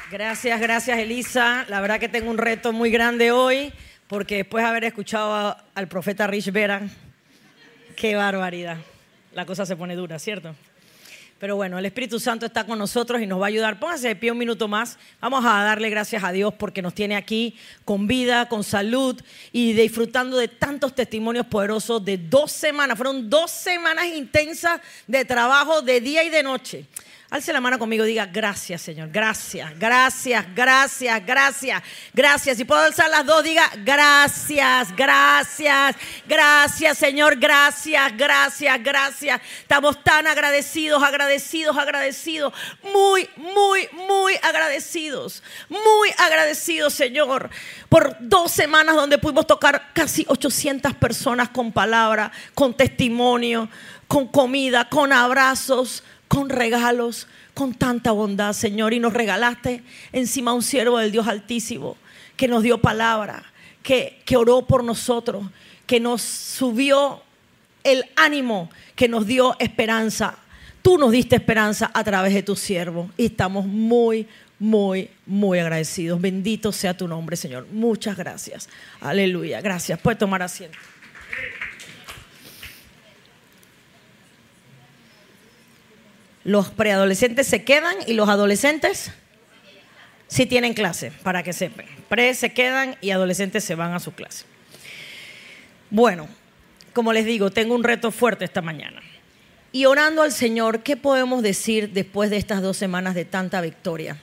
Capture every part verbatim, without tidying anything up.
Gracias, gracias Elisa. La verdad que tengo un reto muy grande hoy, porque después de haber escuchado a, al profeta Rich Vera, qué barbaridad. La cosa se pone dura, ¿cierto? Pero bueno, el Espíritu Santo está con nosotros y nos va a ayudar. Pónganse de pie un minuto más. Vamos a darle gracias a Dios porque nos tiene aquí con vida, con salud y disfrutando de tantos testimonios poderosos de dos semanas. Fueron dos semanas intensas de trabajo de día y de noche. Alce la mano conmigo y diga gracias, Señor. Gracias, gracias, gracias, gracias, gracias. Si puedo alzar las dos, diga gracias, gracias, gracias, Señor. Gracias, gracias, gracias. Estamos tan agradecidos, agradecidos, agradecidos. Muy, muy, muy agradecidos. Muy agradecidos, Señor. Por dos semanas donde pudimos tocar casi ochocientas personas con palabra, con testimonio, con comida, con abrazos, con regalos, con tanta bondad, Señor. Y nos regalaste encima un siervo del Dios Altísimo que nos dio palabra, que, que oró por nosotros, que nos subió el ánimo, que nos dio esperanza. Tú nos diste esperanza a través de tu siervo y estamos muy, muy, muy agradecidos. Bendito sea tu nombre, Señor. Muchas gracias. Aleluya. Gracias. Puedes tomar asiento. Los preadolescentes se quedan y los adolescentes sí tienen clase, para que sepan. Pre se quedan y adolescentes se van a su clase. Bueno, como les digo, tengo un reto fuerte esta mañana. Y orando al Señor, ¿qué podemos decir después de estas dos semanas de tanta victoria?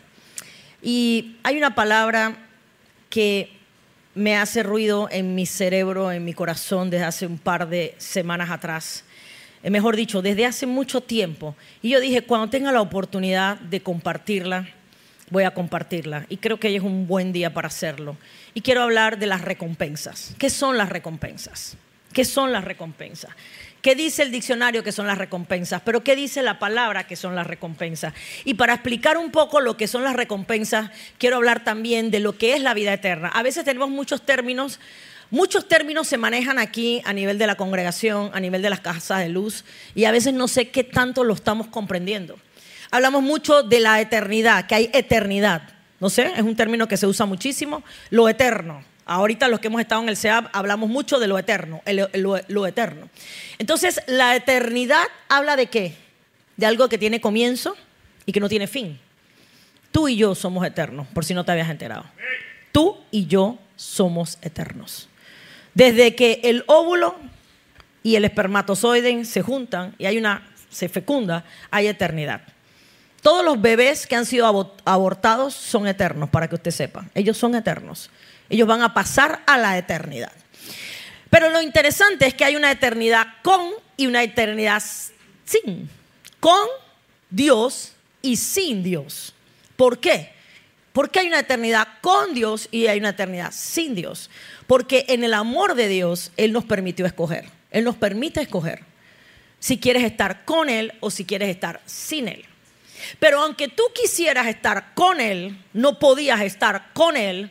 Y hay una palabra que me hace ruido en mi cerebro, en mi corazón desde hace un par de semanas atrás. Mejor dicho, desde hace mucho tiempo. Y yo dije, cuando tenga la oportunidad de compartirla, voy a compartirla. Y creo que hoy es un buen día para hacerlo. Y quiero hablar de las recompensas. ¿Qué son las recompensas? ¿Qué son las recompensas? ¿Qué dice el diccionario que son las recompensas? Pero ¿qué dice la palabra que son las recompensas? Y para explicar un poco lo que son las recompensas, quiero hablar también de lo que es la vida eterna. A veces tenemos muchos términos. Muchos términos se manejan aquí a nivel de la congregación, a nivel de las casas de luz, y a veces no sé qué tanto lo estamos comprendiendo. Hablamos mucho de la eternidad, que hay eternidad. No sé, es un término que se usa muchísimo. Lo eterno. Ahorita los que hemos estado en el C E A B hablamos mucho de lo eterno, el, lo, lo eterno. Entonces, la eternidad habla de ¿qué? De algo que tiene comienzo y que no tiene fin. Tú y yo somos eternos, por si no te habías enterado. Tú y yo somos eternos. Desde que el óvulo y el espermatozoide se juntan y hay una, se fecunda, hay eternidad. Todos los bebés que han sido abortados son eternos, para que usted sepa. Ellos son eternos. Ellos van a pasar a la eternidad. Pero lo interesante es que hay una eternidad con y una eternidad sin. Con Dios y sin Dios. ¿Por qué? Porque hay una eternidad con Dios y hay una eternidad sin Dios. Porque en el amor de Dios, Él nos permitió escoger. Él nos permite escoger si quieres estar con Él o si quieres estar sin Él. Pero aunque tú quisieras estar con Él, no podías estar con Él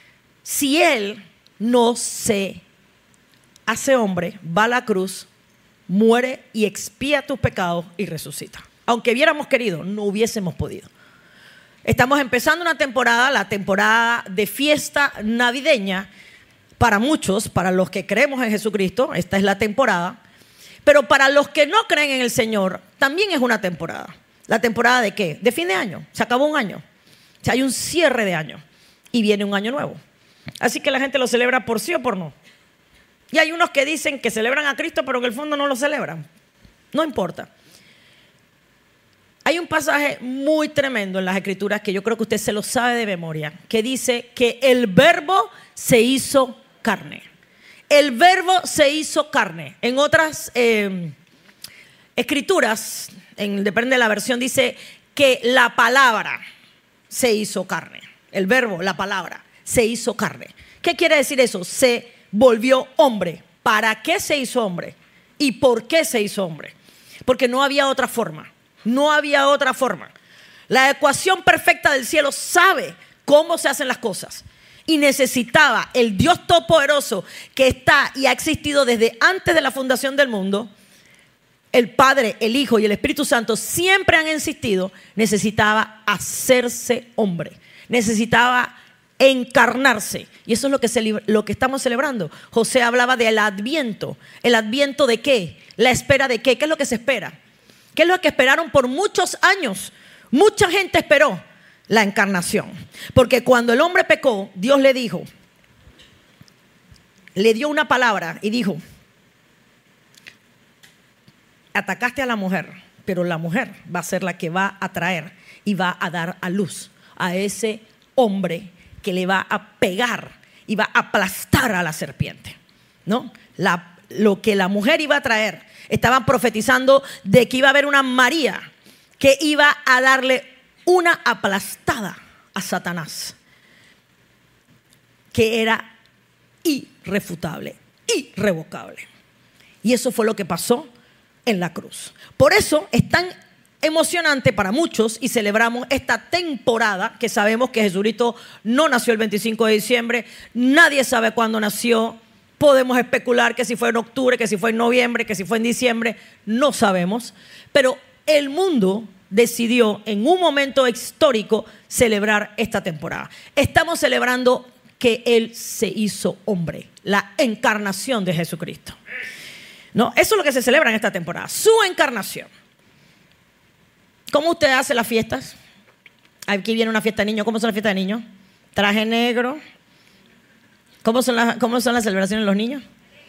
si Él no se hace hombre, va a la cruz, muere y expía tus pecados y resucita. Aunque hubiéramos querido, no hubiésemos podido. Estamos empezando una temporada, la temporada de fiesta navideña. Para muchos, para los que creemos en Jesucristo, esta es la temporada. Pero para los que no creen en el Señor, también es una temporada. ¿La temporada de qué? De fin de año. Se acabó un año. O sea, hay un cierre de año y viene un año nuevo. Así que la gente lo celebra por sí o por no. Y hay unos que dicen que celebran a Cristo, pero que en el fondo no lo celebran. No importa. Hay un pasaje muy tremendo en las Escrituras que yo creo que usted se lo sabe de memoria, que dice que el verbo se hizo carne. El verbo se hizo carne. En otras eh, escrituras, en, depende de la versión, dice que la palabra se hizo carne. El verbo, la palabra, se hizo carne. ¿Qué quiere decir eso? Se volvió hombre. ¿Para qué se hizo hombre? ¿Y por qué se hizo hombre? Porque no había otra forma. No había otra forma. La ecuación perfecta del cielo sabe cómo se hacen las cosas. Y necesitaba el Dios Todopoderoso que está y ha existido desde antes de la fundación del mundo el Padre, el Hijo y el Espíritu Santo siempre han insistido, necesitaba hacerse hombre, necesitaba encarnarse. Y eso es lo que, se, lo que estamos celebrando. José hablaba del adviento. ¿El adviento de qué? ¿La espera de qué? ¿Qué es lo que se espera? ¿Qué es lo que esperaron por muchos años? Mucha gente esperó la encarnación. Porque cuando el hombre pecó, Dios le dijo, le dio una palabra y dijo, atacaste a la mujer, pero la mujer va a ser la que va a traer y va a dar a luz a ese hombre que le va a pegar y va a aplastar a la serpiente, ¿no? La, lo que la mujer iba a traer, estaban profetizando de que iba a haber una María que iba a darle una aplastada a Satanás, que era irrefutable, irrevocable. Y eso fue lo que pasó en la cruz. Por eso es tan emocionante para muchos y celebramos esta temporada que sabemos que Jesucristo no nació el veinticinco de diciembre, nadie sabe cuándo nació, podemos especular que si fue en octubre, que si fue en noviembre, que si fue en diciembre, no sabemos, pero el mundo decidió en un momento histórico celebrar esta temporada. Estamos celebrando que Él se hizo hombre, la encarnación de Jesucristo. ¿No? Eso es lo que se celebra en esta temporada, su encarnación. ¿Cómo usted hace las fiestas? Aquí viene una fiesta de niños. ¿Cómo son las fiestas de niños? Traje negro. ¿Cómo son las, cómo son las celebraciones de los niños?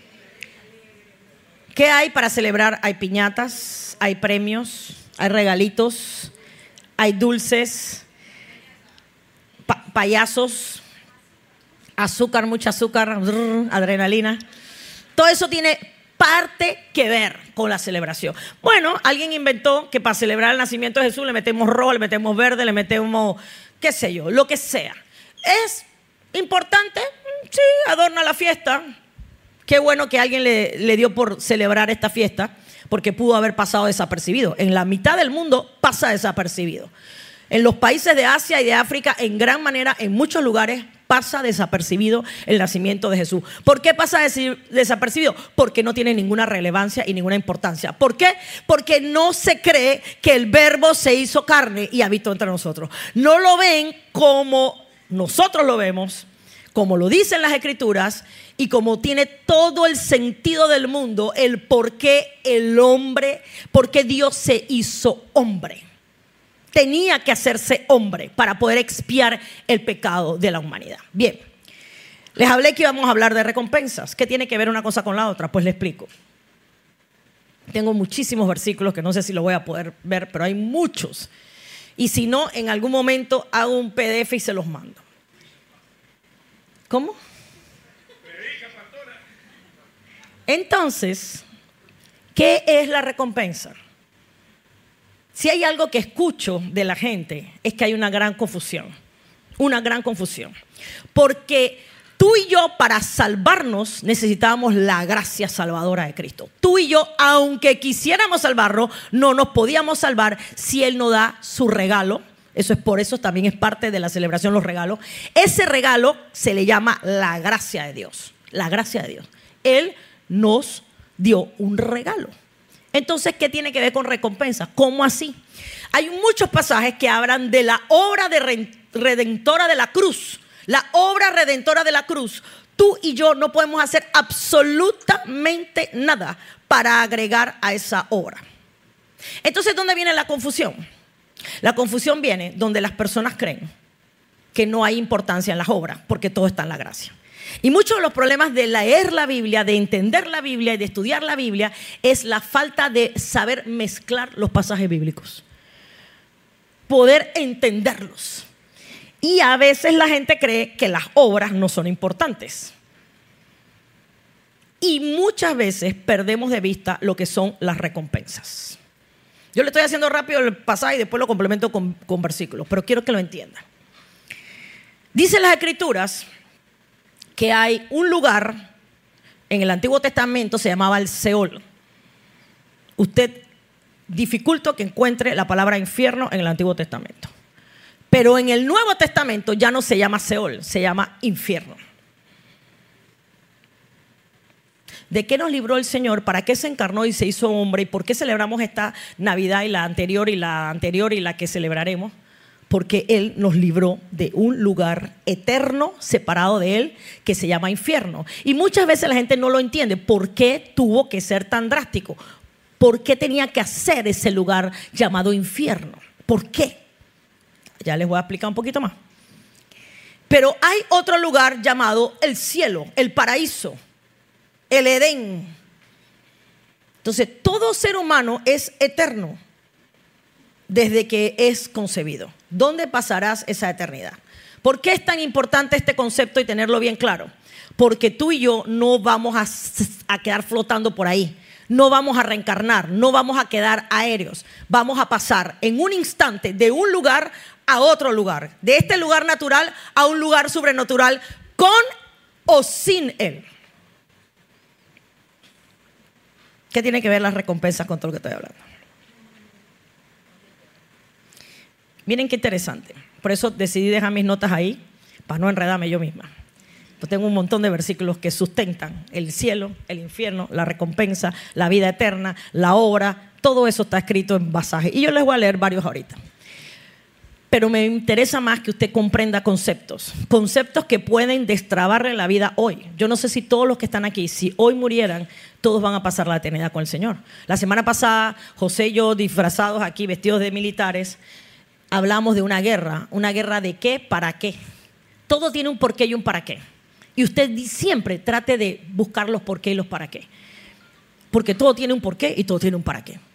¿Qué hay para celebrar? Hay piñatas, hay premios, hay regalitos, hay dulces, pa- payasos, azúcar, mucha azúcar, brr, adrenalina. Todo eso tiene parte que ver con la celebración. Bueno, alguien inventó que para celebrar el nacimiento de Jesús le metemos rojo, le metemos verde, le metemos, qué sé yo, lo que sea. ¿Es importante? Sí, adorna la fiesta. Qué bueno que alguien le, le dio por celebrar esta fiesta, porque pudo haber pasado desapercibido. En la mitad del mundo pasa desapercibido. En los países de Asia y de África, en gran manera, en muchos lugares, pasa desapercibido el nacimiento de Jesús. ¿Por qué pasa desapercibido? Porque no tiene ninguna relevancia y ninguna importancia. ¿Por qué? Porque no se cree que el verbo se hizo carne y habitó entre nosotros. No lo ven como nosotros lo vemos, como lo dicen las Escrituras y como tiene todo el sentido del mundo el por qué el hombre, por qué Dios se hizo hombre. Tenía que hacerse hombre para poder expiar el pecado de la humanidad. Bien, les hablé que íbamos a hablar de recompensas. ¿Qué tiene que ver una cosa con la otra? Pues les explico. Tengo muchísimos versículos que no sé si los voy a poder ver, pero hay muchos. Y si no, en algún momento hago un P D F y se los mando. ¿Cómo? Entonces, ¿qué es la recompensa? Si hay algo que escucho de la gente es que hay una gran confusión, una gran confusión. Porque tú y yo para salvarnos necesitábamos la gracia salvadora de Cristo. Tú y yo, aunque quisiéramos salvarnos, no nos podíamos salvar si Él no da su regalo. Eso es por eso, también es parte de la celebración los regalos. Ese regalo se le llama la gracia de Dios, la gracia de Dios. Él nos dio un regalo. Entonces, ¿qué tiene que ver con recompensa? ¿Cómo así? Hay muchos pasajes que hablan de la obra de redentora de la cruz. La obra redentora de la cruz. Tú y yo no podemos hacer absolutamente nada para agregar a esa obra. Entonces, ¿dónde viene la confusión? La confusión viene donde las personas creen que no hay importancia en las obras porque todo está en la gracia. Y muchos de los problemas de leer la Biblia, de entender la Biblia y de estudiar la Biblia es la falta de saber mezclar los pasajes bíblicos, poder entenderlos. Y a veces la gente cree que las obras no son importantes. Y muchas veces perdemos de vista lo que son las recompensas. Yo le estoy haciendo rápido el pasaje y después lo complemento con, con versículos, pero quiero que lo entiendan. Dicen las Escrituras que hay un lugar en el Antiguo Testamento, se llamaba el Seol. Usted dificulta que encuentre la palabra infierno en el Antiguo Testamento. Pero en el Nuevo Testamento ya no se llama Seol, se llama infierno. ¿De qué nos libró el Señor? ¿Para qué se encarnó y se hizo hombre? ¿Y por qué celebramos esta Navidad y la anterior y la anterior y la que celebraremos? Porque Él nos libró de un lugar eterno separado de Él que se llama infierno. Y muchas veces la gente no lo entiende. ¿Por qué tuvo que ser tan drástico? ¿Por qué tenía que hacer ese lugar llamado infierno? ¿Por qué? Ya les voy a explicar un poquito más. Pero hay otro lugar llamado el cielo, el paraíso, el Edén. Entonces, todo ser humano es eterno desde que es concebido. ¿Dónde pasarás esa eternidad? ¿Por qué es tan importante este concepto y tenerlo bien claro? Porque tú y yo no vamos a, a quedar flotando por ahí. No vamos a reencarnar, no vamos a quedar aéreos. Vamos a pasar en un instante de un lugar a otro lugar. De este lugar natural a un lugar sobrenatural, con o sin Él. ¿Qué tiene que ver las recompensas con todo lo que estoy hablando? Miren qué interesante. Por eso decidí dejar mis notas ahí, para no enredarme yo misma. Pues tengo un montón de versículos que sustentan el cielo, el infierno, la recompensa, la vida eterna, la obra. Todo eso está escrito en pasajes. Y yo les voy a leer varios ahorita. Pero me interesa más que usted comprenda conceptos. Conceptos que pueden destrabarle la vida hoy. Yo no sé si todos los que están aquí, si hoy murieran, todos van a pasar la eternidad con el Señor. La semana pasada, José y yo, disfrazados aquí, vestidos de militares, hablamos de una guerra. ¿Una guerra de qué? ¿Para qué? Todo tiene un porqué y un para qué. Y usted siempre trate de buscar los por qué y los para qué. Porque todo tiene un porqué y todo tiene un para qué.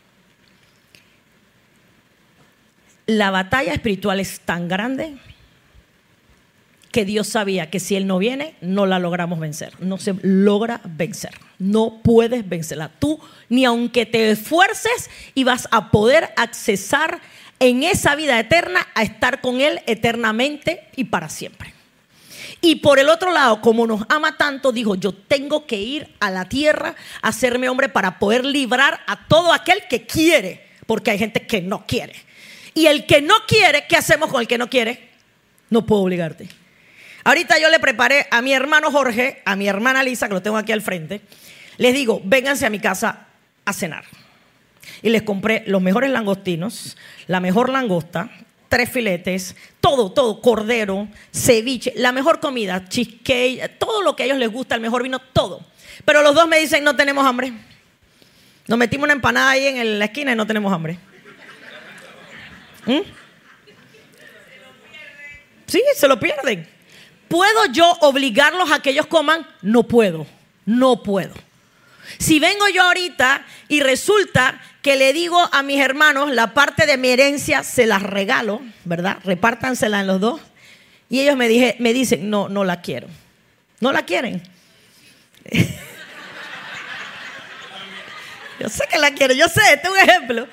La batalla espiritual es tan grande que Dios sabía que si Él no viene, no la logramos vencer. No se logra vencer. No puedes vencerla. Tú, ni aunque te esfuerces, y vas a poder accesar en esa vida eterna a estar con Él eternamente y para siempre. Y por el otro lado, como nos ama tanto, dijo, yo tengo que ir a la tierra a hacerme hombre para poder librar a todo aquel que quiere, porque hay gente que no quiere. Y el que no quiere, ¿qué hacemos con el que no quiere? No puedo obligarte. Ahorita yo le preparé a mi hermano Jorge, a mi hermana Lisa, que lo tengo aquí al frente, les digo, vénganse a mi casa a cenar. Y les compré los mejores langostinos, la mejor langosta, tres filetes, todo, todo, cordero, ceviche, la mejor comida, cheesecake, todo lo que a ellos les gusta, el mejor vino, todo. Pero los dos me dicen, no tenemos hambre. Nos metimos una empanada ahí en la esquina y no tenemos hambre. ¿Mm? Sí, se lo pierden. ¿Puedo yo obligarlos a que ellos coman? No puedo, no puedo. Si vengo yo ahorita y resulta que le digo a mis hermanos, la parte de mi herencia se las regalo, ¿verdad? Repártansela en los dos. Y ellos me, dije, me dicen, no, no la quiero. ¿No la quieren? Yo sé que la quiero, yo sé, este es un ejemplo.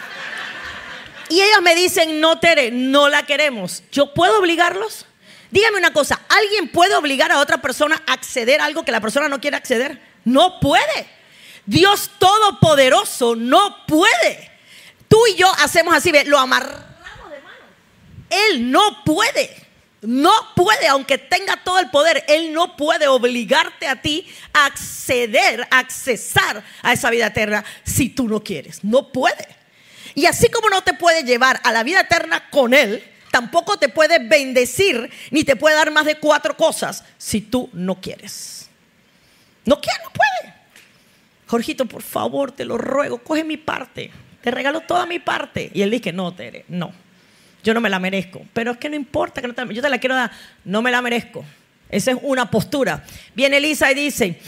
Y ellos me dicen, no, Tere, no la queremos. ¿Yo puedo obligarlos? Dígame una cosa, ¿alguien puede obligar a otra persona a acceder a algo que la persona no quiere acceder? No puede. Dios Todopoderoso no puede. Tú y yo hacemos así, lo amarramos de mano. Él no puede. No puede, aunque tenga todo el poder, Él no puede obligarte a ti a acceder, a accesar a esa vida eterna si tú no quieres. No puede. Y así como no te puede llevar a la vida eterna con Él, tampoco te puede bendecir ni te puede dar más de cuatro cosas si tú no quieres. No quiere, no puede. Jorgito, por favor, te lo ruego, coge mi parte. Te regalo toda mi parte. Y él dice, no, Tere, no. Yo no me la merezco. Pero es que no importa, que no te, yo te la quiero dar. No me la merezco. Esa es una postura. Viene Elisa y dice,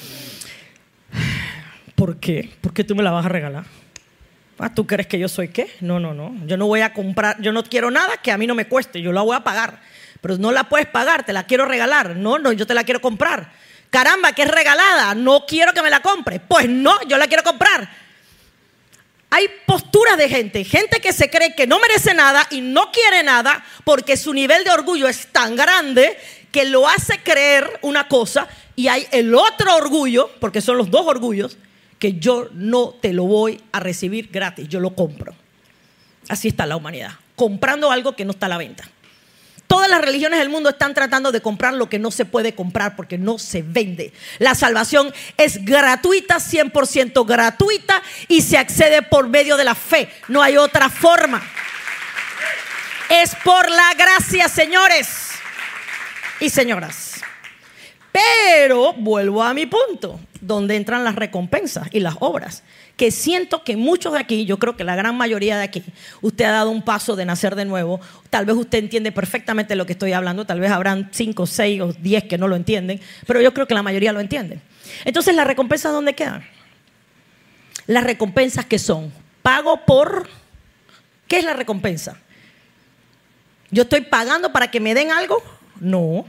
¿por qué? ¿Por qué tú me la vas a regalar? Ah, ¿tú crees que yo soy qué? No, no, no. Yo no voy a comprar, yo no quiero nada que a mí no me cueste. Yo la voy a pagar. Pero no la puedes pagar, te la quiero regalar. No, no, yo te la quiero comprar. Caramba, que es regalada, no quiero que me la compre. Pues no, yo la quiero comprar. Hay posturas de gente, gente que se cree que no merece nada y no quiere nada porque su nivel de orgullo es tan grande que lo hace creer una cosa, y hay el otro orgullo, porque son los dos orgullos, que yo no te lo voy a recibir gratis, yo lo compro. Así está la humanidad, comprando algo que no está a la venta. Todas las religiones del mundo están tratando de comprar lo que no se puede comprar porque no se vende. La salvación es gratuita, cien por ciento gratuita, y se accede por medio de la fe. No hay otra forma. Es por la gracia, señores y señoras. Pero vuelvo a mi punto, donde entran las recompensas y las obras. Que siento que muchos de aquí, yo creo que la gran mayoría de aquí, usted ha dado un paso de nacer de nuevo. Tal vez usted entiende perfectamente lo que estoy hablando. Tal vez habrán cinco, seis o diez que no lo entienden. Pero yo creo que la mayoría lo entiende. Entonces, ¿las recompensas dónde quedan? Las recompensas que son pago por... ¿Qué es la recompensa? ¿Yo estoy pagando para que me den algo? No.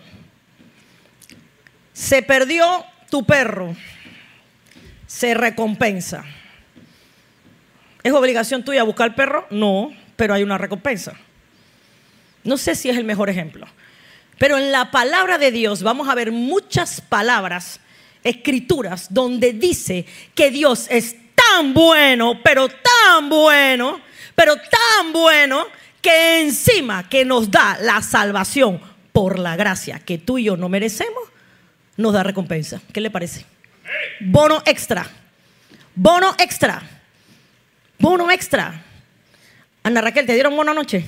Se perdió tu perro. Se recompensa. ¿Es obligación tuya buscar el perro? No, pero hay una recompensa. No sé si es el mejor ejemplo. Pero en la palabra de Dios vamos a ver muchas palabras, escrituras, donde dice que Dios es tan bueno, pero tan bueno, pero tan bueno, que encima que nos da la salvación por la gracia que tú y yo no merecemos, nos da recompensa. ¿Qué le parece? Bono extra. Bono extra. Bono extra. Ana Raquel, ¿te dieron bono anoche?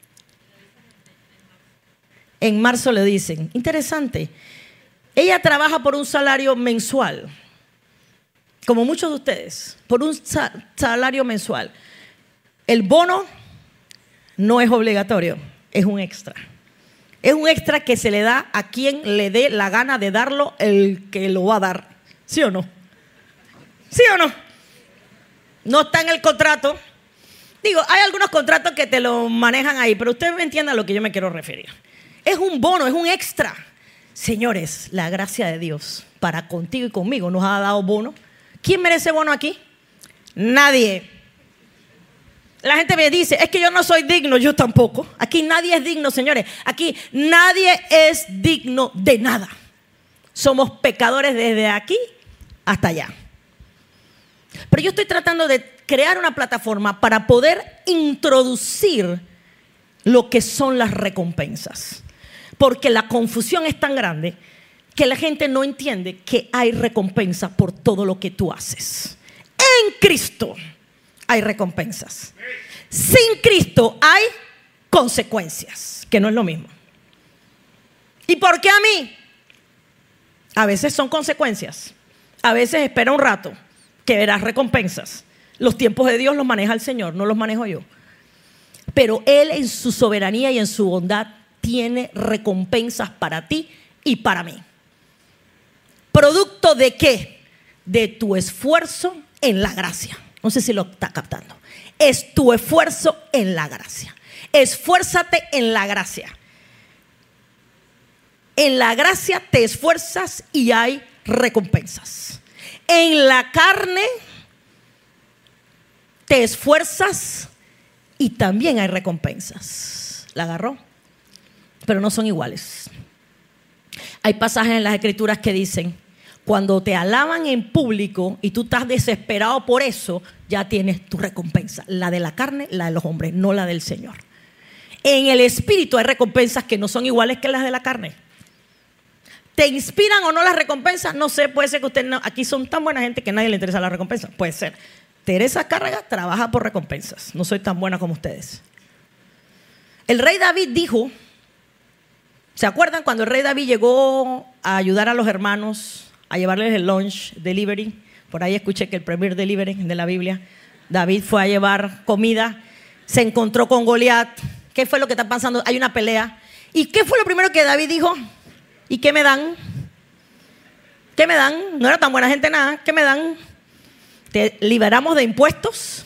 En marzo le dicen. Interesante. Ella trabaja por un salario mensual. Como muchos de ustedes. Por un salario mensual. El bono no es obligatorio. Es un extra. Es un extra que se le da a quien le dé la gana de darlo, el que lo va a dar. ¿Sí o no? ¿Sí o no? No está en el contrato. Digo, hay algunos contratos que te lo manejan ahí, pero usted me entiende a lo que yo me quiero referir. Es un bono, es un extra. Señores, la gracia de Dios para contigo y conmigo nos ha dado bono. ¿Quién merece bono aquí? Nadie. La gente me dice, es que yo no soy digno. Yo tampoco. Aquí nadie es digno, señores. Aquí nadie es digno de nada. Somos pecadores desde aquí hasta allá. Pero yo estoy tratando de crear una plataforma para poder introducir lo que son las recompensas. Porque la confusión es tan grande que la gente no entiende que hay recompensa por todo lo que tú haces. En Cristo hay recompensas. Sin Cristo hay consecuencias, que no es lo mismo. ¿Y por qué a mí? A veces son consecuencias. A veces espera un rato que verás recompensas. Los tiempos de Dios los maneja el Señor, no los manejo yo. Pero Él en su soberanía y en su bondad tiene recompensas para ti y para mí. ¿Producto de qué? De tu esfuerzo en la gracia. No sé si lo está captando. Es tu esfuerzo en la gracia. Esfuérzate en la gracia. En la gracia te esfuerzas y hay recompensas. En la carne te esfuerzas y también hay recompensas. ¿La agarró? Pero no son iguales. Hay pasajes en las Escrituras que dicen, cuando te alaban en público y tú estás desesperado por eso, ya tienes tu recompensa. La de la carne, la de los hombres, no la del Señor. En el Espíritu hay recompensas que no son iguales que las de la carne. ¿Te inspiran o no las recompensas? No sé, puede ser que usted no. Aquí son tan buena gente que a nadie le interesa la recompensa. Puede ser. Teresa Cárraga trabaja por recompensas. No soy tan buena como ustedes. El rey David dijo, ¿se acuerdan cuando el rey David llegó a ayudar a los hermanos, a llevarles el lunch delivery? Por ahí escuché que el primer delivery de la Biblia, David fue a llevar comida, se encontró con Goliat. ¿Qué fue lo que está pasando? Hay una pelea. ¿Y qué fue lo primero que David dijo? ¿Y qué me dan? ¿Qué me dan? No era tan buena gente nada. ¿Qué me dan? Te liberamos de impuestos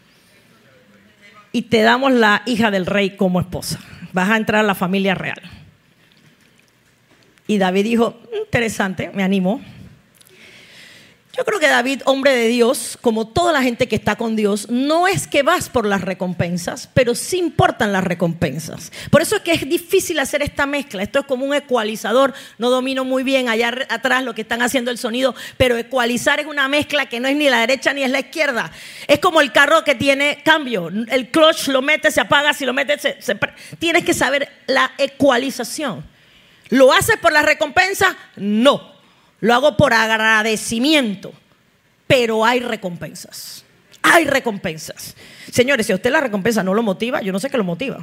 y te damos la hija del rey como esposa. Vas a entrar a la familia real. Y David dijo, interesante, me animó. Yo creo que David, hombre de Dios, como toda la gente que está con Dios, no es que vas por las recompensas, pero sí importan las recompensas. Por eso es que es difícil hacer esta mezcla. Esto es como un ecualizador. No domino muy bien allá atrás lo que están haciendo el sonido, pero ecualizar es una mezcla que no es ni la derecha ni es la izquierda. Es como el carro que tiene cambio. El clutch lo metes, se apaga, si lo metes, se, se, tienes que saber la ecualización. ¿Lo haces por la recompensa? No. Lo hago por agradecimiento, pero hay recompensas. Hay recompensas. Señores, si a usted la recompensa no lo motiva, yo no sé qué lo motiva.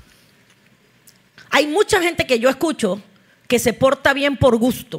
Hay mucha gente que yo escucho que se porta bien por gusto.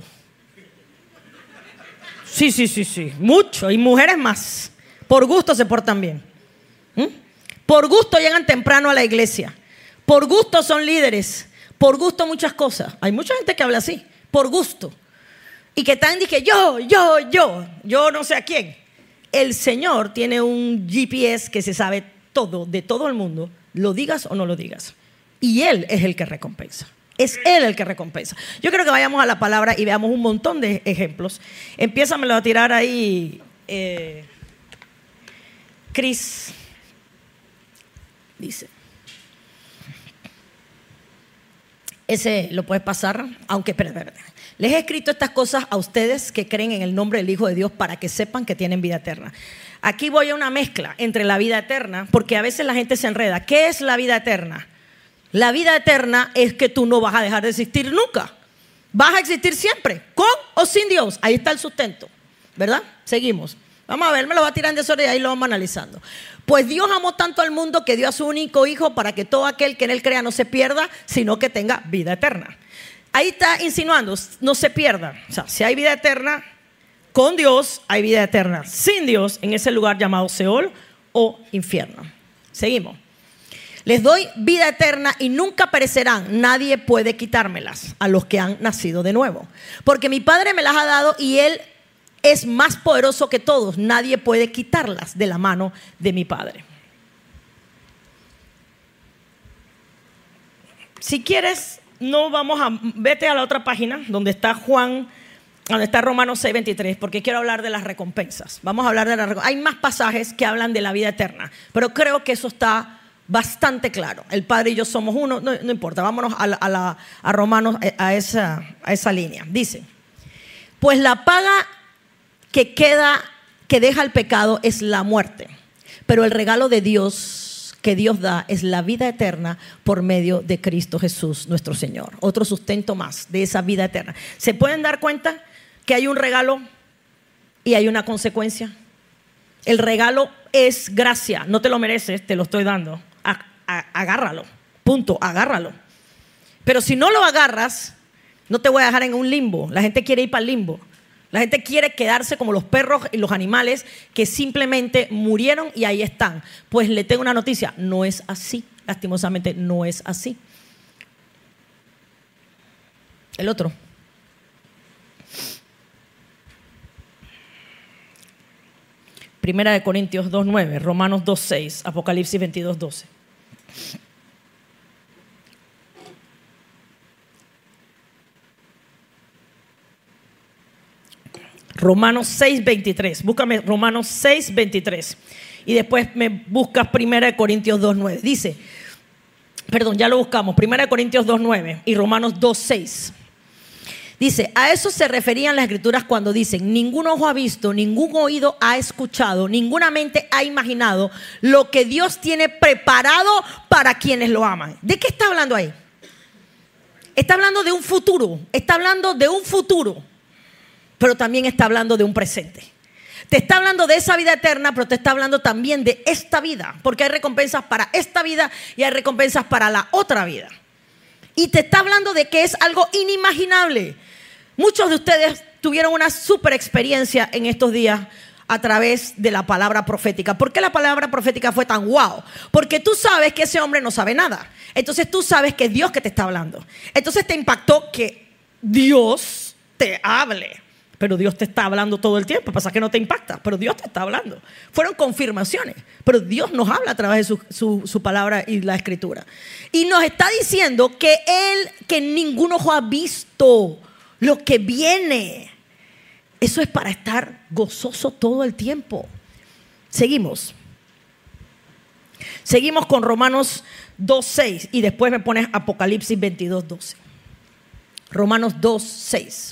Sí, sí, sí, sí. Mucho. Y mujeres más. Por gusto se portan bien. ¿Mm? Por gusto llegan temprano a la iglesia. Por gusto son líderes. Por gusto muchas cosas. Hay mucha gente que habla así. Por gusto. Y que están dije yo, yo, yo, yo no sé a quién. El Señor tiene un G P S que se sabe todo, de todo el mundo, lo digas o no lo digas. Y Él es el que recompensa. Es Él el que recompensa. Yo creo que vayamos a la palabra y veamos un montón de ejemplos. Empiézamelo a tirar ahí, eh, Cris. Dice. Ese lo puedes pasar, aunque, espera, espera, espera. Les he escrito estas cosas a ustedes que creen en el nombre del Hijo de Dios para que sepan que tienen vida eterna. Aquí voy a una mezcla entre la vida eterna, porque a veces la gente se enreda. ¿Qué es la vida eterna? La vida eterna es que tú no vas a dejar de existir nunca. Vas a existir siempre, con o sin Dios. Ahí está el sustento, ¿verdad? Seguimos. Vamos a ver, me lo va a tirar en desorden y ahí lo vamos analizando. Pues Dios amó tanto al mundo que dio a su único Hijo para que todo aquel que en Él crea no se pierda, sino que tenga vida eterna. Ahí está insinuando, no se pierda. O sea, si hay vida eterna con Dios, hay vida eterna sin Dios en ese lugar llamado Seol o infierno. Seguimos. Les doy vida eterna y nunca perecerán. Nadie puede quitármelas a los que han nacido de nuevo. Porque mi Padre me las ha dado y Él es más poderoso que todos. Nadie puede quitarlas de la mano de mi Padre. Si quieres, no vamos a, vete a la otra página donde está Juan, donde está Romanos seis veintitrés, porque quiero hablar de las recompensas. Vamos a hablar de las recompensas. Hay más pasajes que hablan de la vida eterna, pero creo que eso está bastante claro. El Padre y yo somos uno, no, no importa, vámonos a, la, a, la, a Romanos, a esa, a esa línea. Dice, pues la paga que queda, que deja el pecado es la muerte, pero el regalo de Dios que Dios da es la vida eterna por medio de Cristo Jesús nuestro Señor. Otro sustento más de esa vida eterna. ¿Se pueden dar cuenta que hay un regalo y hay una consecuencia? El regalo es gracia, no te lo mereces, te lo estoy dando. A, a, agárralo, punto, agárralo. Pero si no lo agarras, no te voy a dejar en un limbo. La gente quiere ir para el limbo. La gente quiere quedarse como los perros y los animales que simplemente murieron y ahí están. Pues le tengo una noticia, no es así, lastimosamente no es así. El otro. Primera de Corintios dos nueve, Romanos dos seis, Apocalipsis veintidós doce. Romanos seis veintitrés, búscame Romanos seis veintitrés y después me buscas Primera de Corintios dos nueve. Dice, perdón, ya lo buscamos, Primera de Corintios dos nueve y Romanos dos seis. Dice, a eso se referían las escrituras cuando dicen, ningún ojo ha visto, ningún oído ha escuchado, ninguna mente ha imaginado lo que Dios tiene preparado para quienes lo aman. ¿De qué está hablando ahí? Está hablando de un futuro, está hablando de un futuro, pero también está hablando de un presente. Te está hablando de esa vida eterna, pero te está hablando también de esta vida, porque hay recompensas para esta vida y hay recompensas para la otra vida. Y te está hablando de que es algo inimaginable. Muchos de ustedes tuvieron una super experiencia en estos días a través de la palabra profética. ¿Por qué la palabra profética fue tan wow? Porque tú sabes que ese hombre no sabe nada. Entonces tú sabes que es Dios que te está hablando. Entonces te impactó que Dios te hable. Pero Dios te está hablando todo el tiempo. Pasa que no te impacta, pero Dios te está hablando. Fueron confirmaciones, pero Dios nos habla a través de su, su, su palabra y la escritura. Y nos está diciendo que Él, que ningún ojo ha visto lo que viene. Eso es para estar gozoso todo el tiempo. Seguimos. Seguimos con Romanos dos seis y después me pones Apocalipsis veintidós doce. Romanos dos seis.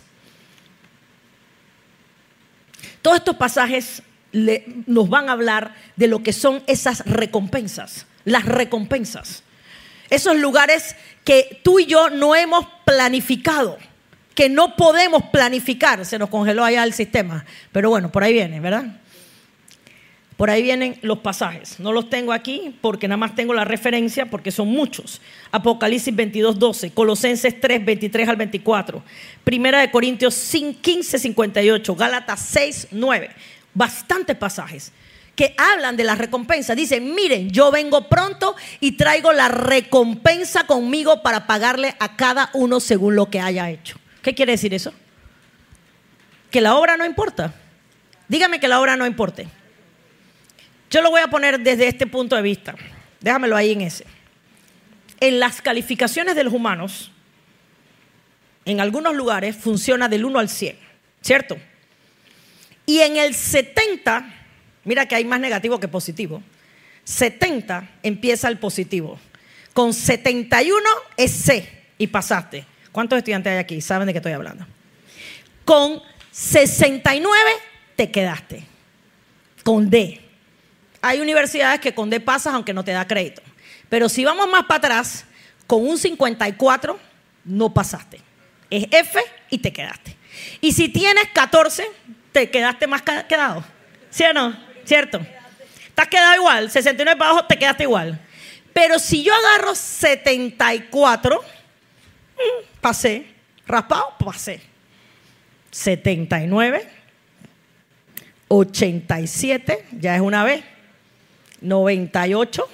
Todos estos pasajes le, nos van a hablar de lo que son esas recompensas, las recompensas. Esos lugares que tú y yo no hemos planificado, que no podemos planificar. Se nos congeló allá el sistema, pero bueno, por ahí viene, ¿verdad? Por ahí vienen los pasajes. No los tengo aquí porque nada más tengo la referencia porque son muchos. Apocalipsis veintidós doce, Colosenses tres veintitrés al veinticuatro, Primera de Corintios quince cincuenta y ocho, Gálatas seis nueve. Bastantes pasajes que hablan de la recompensa. Dicen, miren, yo vengo pronto y traigo la recompensa conmigo para pagarle a cada uno según lo que haya hecho. ¿Qué quiere decir eso? Que la obra no importa. Dígame que la obra no importe. Yo lo voy a poner desde este punto de vista. Déjamelo ahí en ese. En las calificaciones de los humanos, en algunos lugares funciona del uno al cien, ¿cierto? Y en el setenta, mira que hay más negativo que positivo. setenta empieza el positivo. Con setenta y uno es C y pasaste. ¿Cuántos estudiantes hay aquí? ¿Saben de qué estoy hablando? Con sesenta y nueve te quedaste. Con D. Hay universidades que con D pasas aunque no te da crédito. Pero si vamos más para atrás, con un cincuenta y cuatro no pasaste. Es F y te quedaste. Y si tienes catorce, te quedaste más quedado. ¿Sí o no? ¿Cierto? Estás quedado igual. sesenta y nueve para abajo te quedaste igual. Pero si yo agarro setenta y cuatro, pasé. Raspado, pasé. setenta y nueve, ochenta y siete, ya es una vez. noventa y ocho,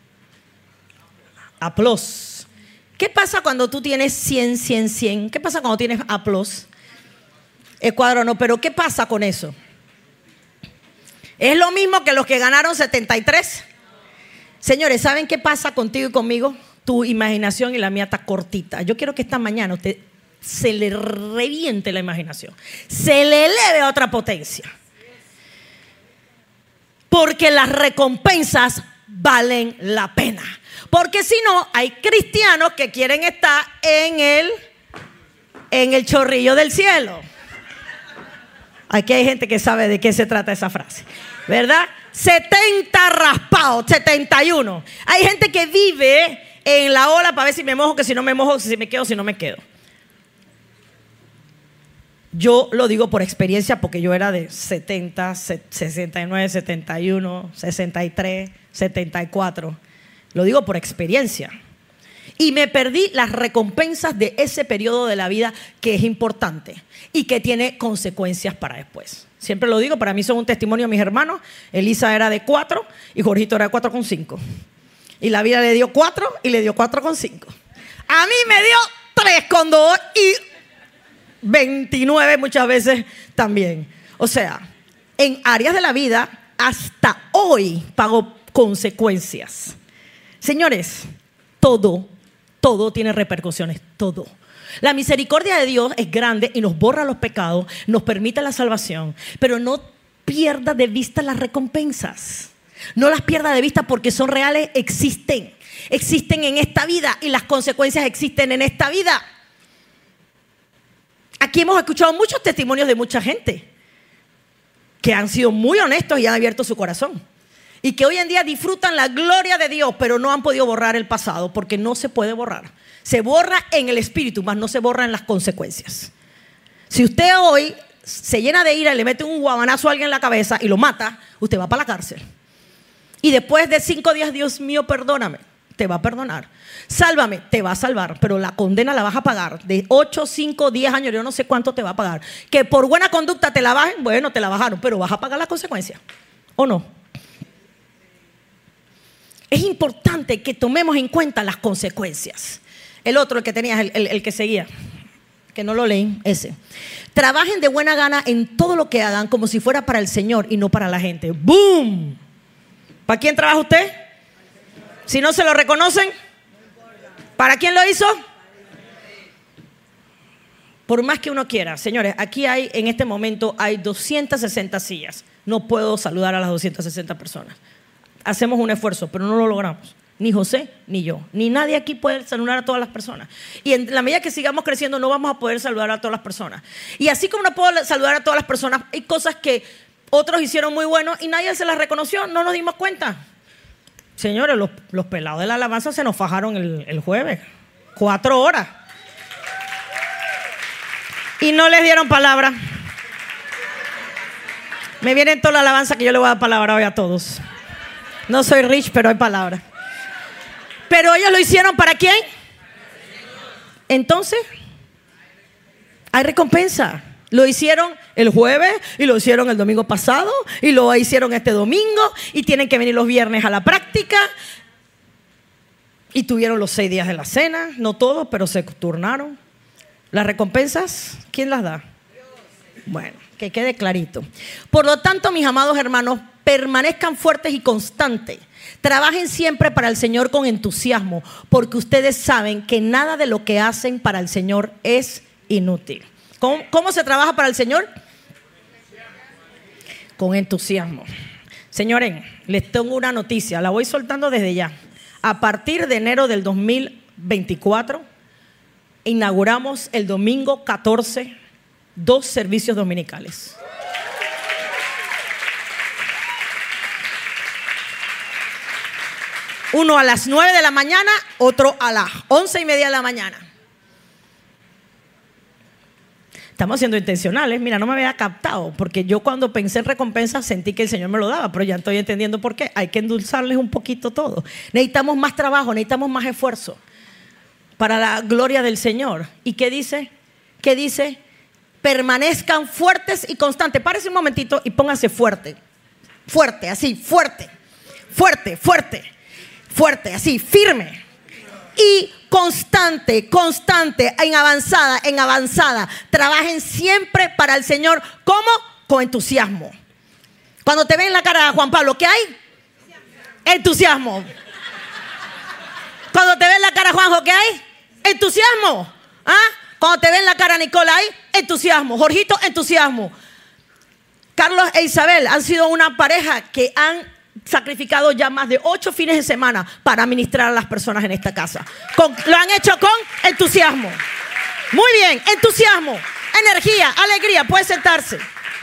A plus. ¿Qué pasa cuando tú tienes cien, cien, cien? ¿Qué pasa cuando tienes A plus? El cuadro no, pero ¿qué pasa con eso? ¿Es lo mismo que los que ganaron setenta y tres? Señores, ¿saben qué pasa contigo y conmigo? Tu imaginación y la mía está cortita. Yo quiero que esta mañana usted se le reviente la imaginación, se le eleve a otra potencia. Porque las recompensas valen la pena. Porque si no, hay cristianos que quieren estar en el, en el chorrillo del cielo. Aquí hay gente que sabe de qué se trata esa frase, ¿verdad? setenta raspados, setenta y uno. Hay gente que vive en la ola para ver si me mojo, que si no me mojo, si me quedo, si no me quedo. Yo lo digo por experiencia porque yo era de setenta, sesenta y nueve, setenta y uno, sesenta y tres, setenta y cuatro. Lo digo por experiencia. Y me perdí las recompensas de ese periodo de la vida que es importante y que tiene consecuencias para después. Siempre lo digo, para mí son un testimonio mis hermanos. Elisa era de cuatro y Jorgito era de cuatro con cinco. Y la vida le dio cuatro y le dio cuatro con cinco. A mí me dio tres con dos y veintinueve muchas veces también. O sea, en áreas de la vida hasta hoy pago consecuencias. Señores, todo, todo tiene repercusiones, todo. La misericordia de Dios es grande y nos borra los pecados, nos permite la salvación, pero no pierda de vista las recompensas. No las pierda de vista porque son reales, existen. Existen en esta vida y las consecuencias existen en esta vida. Aquí hemos escuchado muchos testimonios de mucha gente que han sido muy honestos y han abierto su corazón. Y que hoy en día disfrutan la gloria de Dios, pero no han podido borrar el pasado porque no se puede borrar. Se borra en el espíritu, mas no se borra en las consecuencias. Si usted hoy se llena de ira y le mete un guabanazo a alguien en la cabeza y lo mata, usted va para la cárcel. Y después de cinco días, Dios mío, perdóname, te va a perdonar. Sálvame, te va a salvar, pero la condena la vas a pagar. De ocho, cinco, diez años, yo no sé cuánto te va a pagar. Que por buena conducta te la bajen, bueno, te la bajaron, pero vas a pagar las consecuencias. ¿O no? Es importante que tomemos en cuenta las consecuencias. El otro, el que tenías, el, el, el que seguía, que no lo leen, ese. Trabajen de buena gana en todo lo que hagan como si fuera para el Señor y no para la gente. ¡Boom! ¿Para quién trabaja usted? Si no se lo reconocen, ¿para quién lo hizo? Por más que uno quiera. Señores, aquí hay, en este momento, hay doscientas sesenta sillas. No puedo saludar a las doscientas sesenta personas. Hacemos un esfuerzo, pero no lo logramos. Ni José, ni yo. Ni nadie aquí puede saludar a todas las personas. Y en la medida que sigamos creciendo, no vamos a poder saludar a todas las personas. Y así como no puedo saludar a todas las personas, hay cosas que otros hicieron muy buenos y nadie se las reconoció. No nos dimos cuenta. Señores, los, los pelados de la alabanza se nos fajaron el, el jueves. Cuatro horas. Y no les dieron palabra. Me viene toda la alabanza que yo le voy a dar palabra hoy a todos. No soy rich, pero hay palabra. Pero ellos lo hicieron ¿para quién? Entonces, hay recompensa. Lo hicieron el jueves y lo hicieron el domingo pasado y lo hicieron este domingo y tienen que venir los viernes a la práctica y tuvieron los seis días de la cena, no todos, pero se turnaron. Las recompensas, ¿quién las da? Bueno, que quede clarito. Por lo tanto, mis amados hermanos, permanezcan fuertes y constantes. Trabajen siempre para el Señor con entusiasmo, porque ustedes saben que nada de lo que hacen para el Señor es inútil. ¿Cómo, cómo se trabaja para el Señor? Con entusiasmo. Señores, les tengo una noticia, la voy soltando desde ya. A partir de enero del dos mil veinticuatro, inauguramos el domingo catorce, dos servicios dominicales. Uno a las nueve de la mañana, otro a las once y media de la mañana. Estamos siendo intencionales. Mira, no me había captado, porque yo cuando pensé en recompensa sentí que el Señor me lo daba, pero ya estoy entendiendo por qué. Hay que endulzarles un poquito todo. Necesitamos más trabajo, necesitamos más esfuerzo para la gloria del Señor. ¿Y qué dice? ¿Qué dice? Permanezcan fuertes y constantes. Párese un momentito y póngase fuerte. Fuerte, así, fuerte. Fuerte, fuerte. Fuerte, así, firme. Y constante, constante, en avanzada, en avanzada. Trabajen siempre para el Señor. ¿Cómo? Con entusiasmo. Cuando te ven en la cara, Juan Pablo, ¿qué hay? Entusiasmo. Cuando te ven en la cara, Juanjo, ¿qué hay? Entusiasmo. ¿Ah? Cuando te ven en la cara, Nicola, ¿hay? Entusiasmo. Jorgito, entusiasmo. Carlos e Isabel han sido una pareja que han sacrificado ya más de ocho fines de semana para ministrar a las personas en esta casa. Con, lo han hecho con entusiasmo. Muy bien, entusiasmo, energía, alegría. Puede sentarse.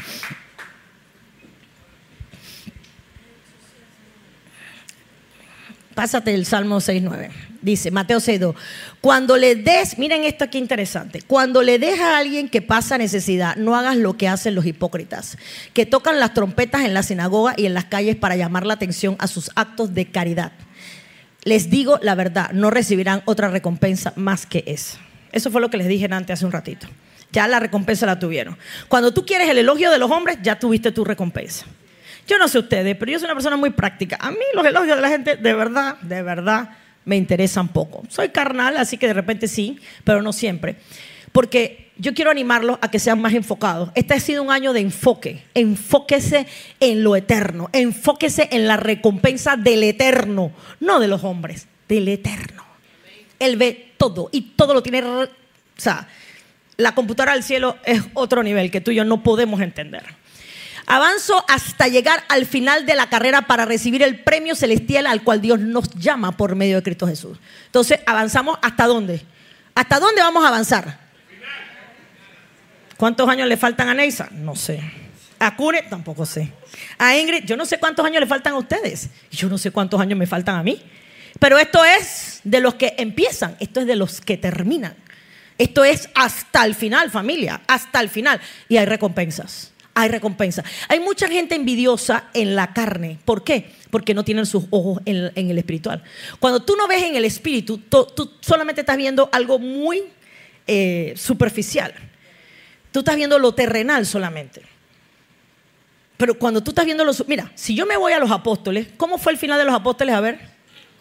Pásate el Salmo seis nueve. Dice Mateo seis dos. Cuando le des, miren esto aquí interesante. Cuando le des a alguien que pasa necesidad, no hagas lo que hacen los hipócritas, que tocan las trompetas en la sinagoga y en las calles para llamar la atención a sus actos de caridad. Les digo la verdad, no recibirán otra recompensa más que esa. Eso fue lo que les dije antes hace un ratito. Ya la recompensa la tuvieron. Cuando tú quieres el elogio de los hombres, ya tuviste tu recompensa. Yo no sé ustedes, pero yo soy una persona muy práctica. A mí los elogios de la gente, de verdad, de verdad, me interesan poco. Soy carnal, así que de repente sí, pero no siempre. Porque yo quiero animarlos a que sean más enfocados. Este ha sido un año de enfoque. Enfóquese en lo eterno. Enfóquese en la recompensa del eterno. No de los hombres, del eterno. Él ve todo y todo lo tiene. O sea, la computadora del cielo es otro nivel que tú y yo no podemos entender. Avanzo hasta llegar al final de la carrera para recibir el premio celestial al cual Dios nos llama por medio de Cristo Jesús. Entonces, ¿avanzamos hasta dónde? ¿Hasta dónde vamos a avanzar? ¿Cuántos años le faltan a Neisa? No sé. A Cune, tampoco sé. A Ingrid, yo no sé cuántos años le faltan a ustedes. Yo no sé cuántos años me faltan a mí. Pero esto es de los que empiezan, esto es de los que terminan. Esto es hasta el final, familia, hasta el final. Y hay recompensas. Hay recompensa. Hay mucha gente envidiosa en la carne. ¿Por qué? Porque no tienen sus ojos en, en el espiritual. Cuando tú no ves en el espíritu, tú, tú solamente estás viendo algo muy eh, superficial. Tú estás viendo lo terrenal solamente. Pero cuando tú estás viendo los... Mira, si yo me voy a los apóstoles, ¿cómo fue el final de los apóstoles? A ver.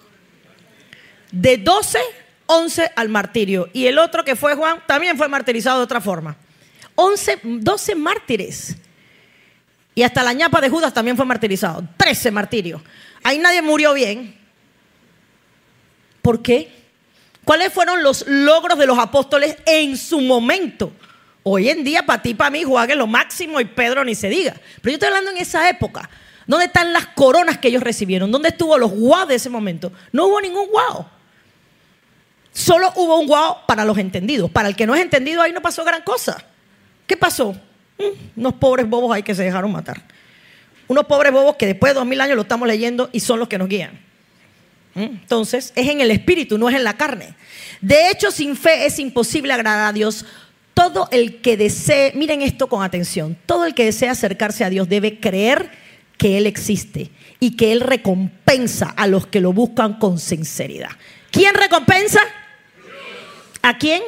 De doce, once al martirio. Y el otro que fue Juan, también fue martirizado de otra forma. once, doce mártires. Y hasta la ñapa de Judas también fue martirizado. trece martirios. Ahí nadie murió bien. ¿Por qué? ¿Cuáles fueron los logros de los apóstoles en su momento? Hoy en día, para ti, para mí, Juan es lo máximo y Pedro ni se diga. Pero yo estoy hablando en esa época. ¿Dónde están las coronas que ellos recibieron? ¿Dónde estuvo los guau de ese momento? No hubo ningún guau. Solo hubo un guau para los entendidos. Para el que no es entendido, ahí no pasó gran cosa. ¿Qué pasó? Mm, unos pobres bobos ahí que se dejaron matar. Unos pobres bobos que después de dos mil años lo estamos leyendo y son los que nos guían. Mm, entonces, es en el espíritu, no es en la carne. De hecho, sin fe es imposible agradar a Dios. Todo el que desee, miren esto con atención, todo el que desea acercarse a Dios debe creer que Él existe y que Él recompensa a los que lo buscan con sinceridad. ¿Quién recompensa? ¿A quién?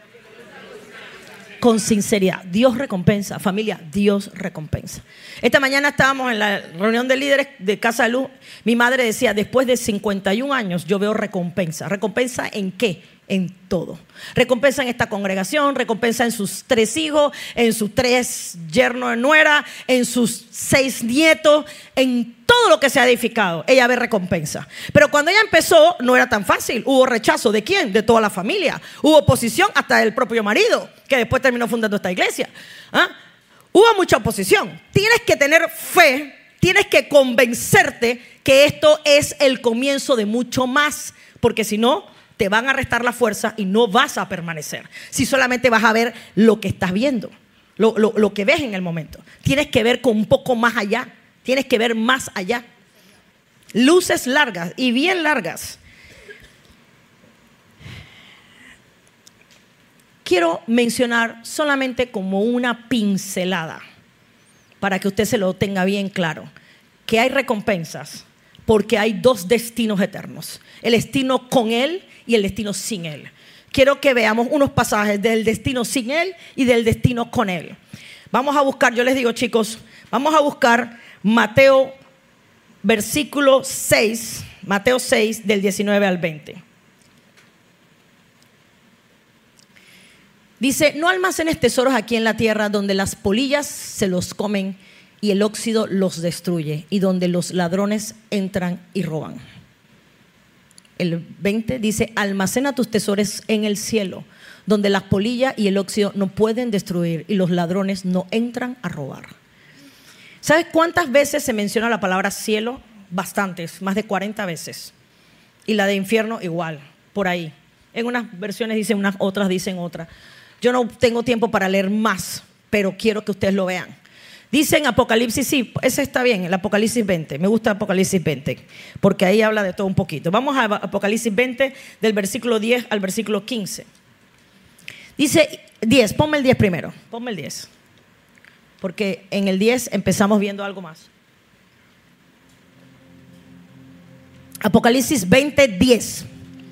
Con sinceridad. Dios recompensa. Familia, Dios recompensa. Esta mañana estábamos en la reunión de líderes de Casa de Luz. Mi madre decía, después de cincuenta y un años yo veo recompensa. ¿Recompensa en qué? En todo. Recompensa en esta congregación, recompensa en sus tres hijos, en sus tres yernos de nuera, en sus seis nietos, en todo lo que se ha edificado. Ella ve recompensa. Pero cuando ella empezó no era tan fácil. Hubo rechazo. ¿De quién? De toda la familia. Hubo oposición hasta del propio marido, que después terminó fundando esta iglesia. ¿Ah? Hubo mucha oposición. Tienes que tener fe, tienes que convencerte que esto es el comienzo de mucho más, porque si no, te van a restar la fuerza y no vas a permanecer. Si solamente vas a ver lo que estás viendo, lo, lo, lo que ves en el momento. Tienes que ver con un poco más allá. Tienes que ver más allá. Luces largas y bien largas. Quiero mencionar solamente como una pincelada para que usted se lo tenga bien claro, que hay recompensas porque hay dos destinos eternos, el destino con Él y el destino sin Él. Quiero que veamos unos pasajes del destino sin Él y del destino con Él. Vamos a buscar, yo les digo chicos, vamos a buscar Mateo versículo seis, Mateo seis del diecinueve al veinte. Dice, no almacenes tesoros aquí en la tierra donde las polillas se los comen y el óxido los destruye y donde los ladrones entran y roban. El veinte dice, almacena tus tesoros en el cielo donde las polillas y el óxido no pueden destruir y los ladrones no entran a robar. ¿Sabes cuántas veces se menciona la palabra cielo? Bastantes, más de cuarenta veces. Y la de infierno igual, por ahí. En unas versiones dicen unas, otras dicen otras. Yo no tengo tiempo para leer más, pero quiero que ustedes lo vean. Dice en Apocalipsis, sí, ese está bien, el Apocalipsis veinte. Me gusta Apocalipsis veinte, porque ahí habla de todo un poquito. Vamos a Apocalipsis veinte, del versículo diez al versículo quince. Dice diez, ponme el diez primero, ponme el diez. Porque en el diez empezamos viendo algo más. Apocalipsis veinte, diez.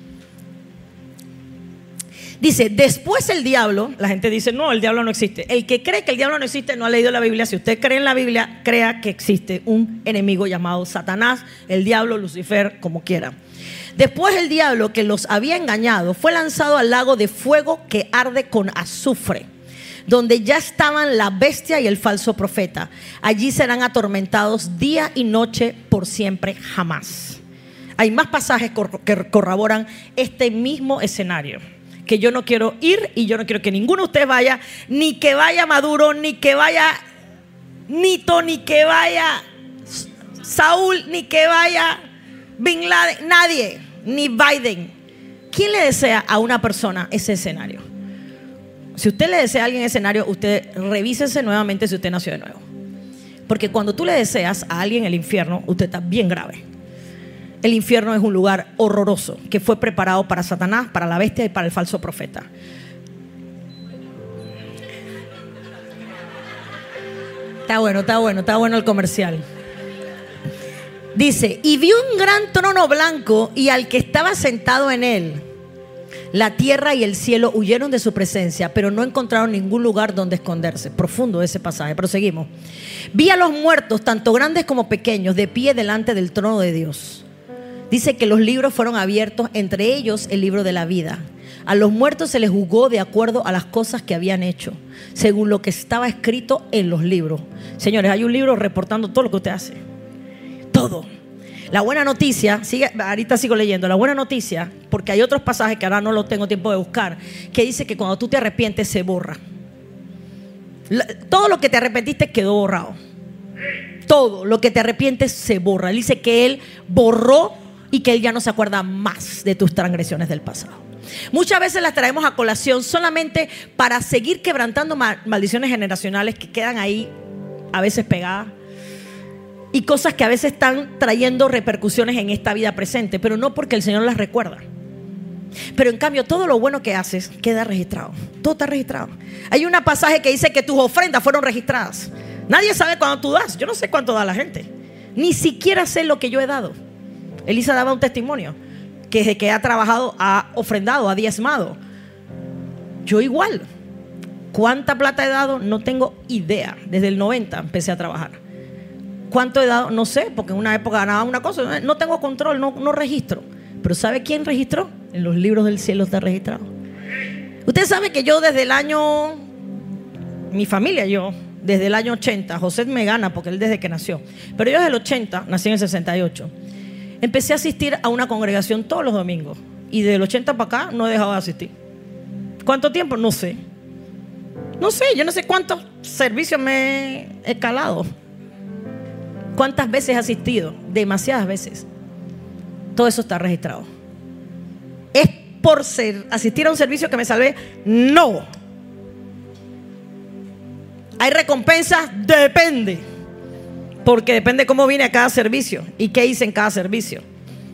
Dice, después el diablo, la gente dice, no, el diablo no existe. El que cree que el diablo no existe no ha leído la Biblia. Si usted cree en la Biblia, crea que existe un enemigo llamado Satanás, el diablo, Lucifer, como quiera. Después el diablo que los había engañado fue lanzado al lago de fuego que arde con azufre, donde ya estaban la bestia y el falso profeta. Allí serán atormentados día y noche por siempre jamás. Hay más pasajes que corroboran este mismo escenario, que yo no quiero ir y yo no quiero que ninguno de ustedes vaya, ni que vaya Maduro, ni que vaya Nito, ni que vaya Saúl, ni que vaya Bin Laden, nadie, ni Biden. ¿Quién le desea a una persona ese escenario? Si usted le desea a alguien ese escenario, usted revísese nuevamente si usted nació de nuevo. Porque cuando tú le deseas a alguien el infierno, usted está bien grave. El infierno es un lugar horroroso que fue preparado para Satanás, para la bestia y para el falso profeta. Está bueno, está bueno, está bueno el comercial. Dice, y vi un gran trono blanco y al que estaba sentado en él. La tierra y el cielo huyeron de su presencia, pero no encontraron ningún lugar donde esconderse. Profundo ese pasaje, proseguimos. Vi a los muertos, tanto grandes como pequeños, de pie delante del trono de Dios. Dice que los libros fueron abiertos, entre ellos el libro de la vida. A los muertos se les juzgó de acuerdo a las cosas que habían hecho, según lo que estaba escrito en los libros. Señores, hay un libro reportando todo lo que usted hace. Todo. La buena noticia, sigue, ahorita sigo leyendo, la buena noticia, porque hay otros pasajes que ahora no lo tengo tiempo de buscar, que dice que cuando tú te arrepientes se borra. Todo lo que te arrepentiste quedó borrado. Todo lo que te arrepientes se borra. Él dice que Él borró y que Él ya no se acuerda más de tus transgresiones del pasado. Muchas veces las traemos a colación solamente para seguir quebrantando maldiciones generacionales que quedan ahí a veces pegadas, y cosas que a veces están trayendo repercusiones en esta vida presente, pero no porque el Señor las recuerda. Pero en cambio todo lo bueno que haces queda registrado. Todo está registrado. Hay un pasaje que dice que tus ofrendas fueron registradas. Nadie sabe cuándo tú das. Yo no sé cuánto da la gente. Ni siquiera sé lo que yo he dado. Elisa daba un testimonio que desde que ha trabajado ha ofrendado, ha diezmado. Yo igual. ¿Cuánta plata he dado? No tengo idea. Desde el noventa empecé a trabajar. ¿Cuánto he dado? No sé, porque en una época ganaba una cosa. No tengo control, no, no registro. Pero ¿sabe quién registró? En los libros del cielo está registrado. Usted sabe que yo desde el año, mi familia, yo, desde el año ochenta, José me gana porque él desde que nació, pero yo desde el ochenta, nací en el sesenta y ocho, empecé a asistir a una congregación todos los domingos. Y desde el ochenta para acá no he dejado de asistir. ¿Cuánto tiempo? No sé. No sé, yo no sé cuántos servicios me he calado. ¿Cuántas veces he asistido? Demasiadas veces. Todo eso está registrado. ¿Es por ser, asistir a un servicio que me salvé? No. ¿Hay recompensas? Depende. Porque depende cómo vine a cada servicio y qué hice en cada servicio.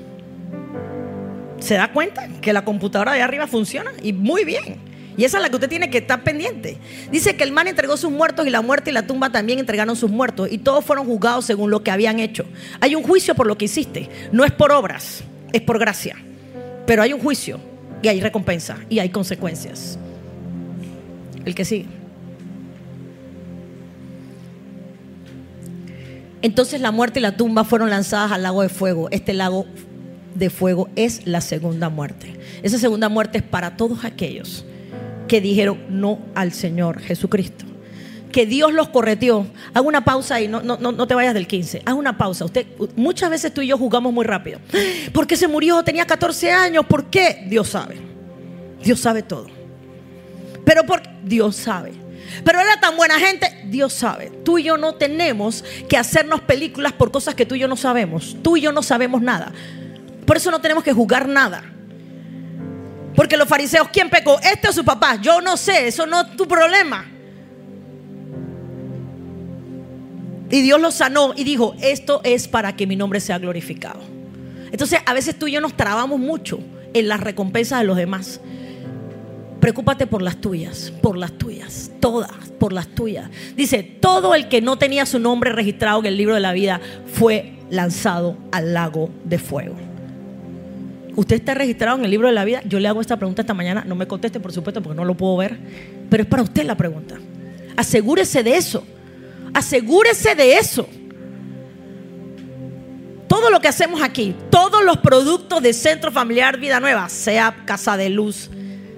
¿Se da cuenta que la computadora de arriba funciona? Y muy bien. Y esa es la que usted tiene que estar pendiente. Dice que el man entregó sus muertos y la muerte y la tumba también entregaron sus muertos. Y todos fueron juzgados según lo que habían hecho. Hay un juicio por lo que hiciste. No es por obras, es por gracia. Pero hay un juicio y hay recompensa y hay consecuencias. El que sigue. Entonces la muerte y la tumba fueron lanzadas al lago de fuego. Este lago de fuego es la segunda muerte. Esa segunda muerte es para todos aquellos que dijeron no al Señor Jesucristo, que Dios los correteó. Haz una pausa y no, no, no te vayas del quince. Haz una pausa. Usted, muchas veces tú y yo jugamos muy rápido. ¿Por qué se murió? Tenía catorce años. ¿Por qué? Dios sabe. Dios sabe todo. Pero por Dios sabe. Pero era tan buena gente. Dios sabe. Tú y yo no tenemos que hacernos películas por cosas que tú y yo no sabemos. Tú y yo no sabemos nada. Por eso no tenemos que juzgar nada. Porque los fariseos, ¿quién pecó? ¿Este o su papá? Yo no sé, eso no es tu problema. Y Dios los sanó y dijo, esto es para que mi nombre sea glorificado. Entonces a veces tú y yo nos trabamos mucho en las recompensas de los demás. Preocúpate por las tuyas, por las tuyas, todas por las tuyas. Dice, todo el que no tenía su nombre registrado en el libro de la vida fue lanzado al lago de fuego. ¿Usted está registrado en el libro de la vida? Yo le hago esta pregunta esta mañana. No me conteste, por supuesto, porque no lo puedo ver. Pero es para usted la pregunta. Asegúrese de eso. Asegúrese de eso. Todo lo que hacemos aquí, todos los productos de Centro Familiar Vida Nueva, sea Casa de Luz,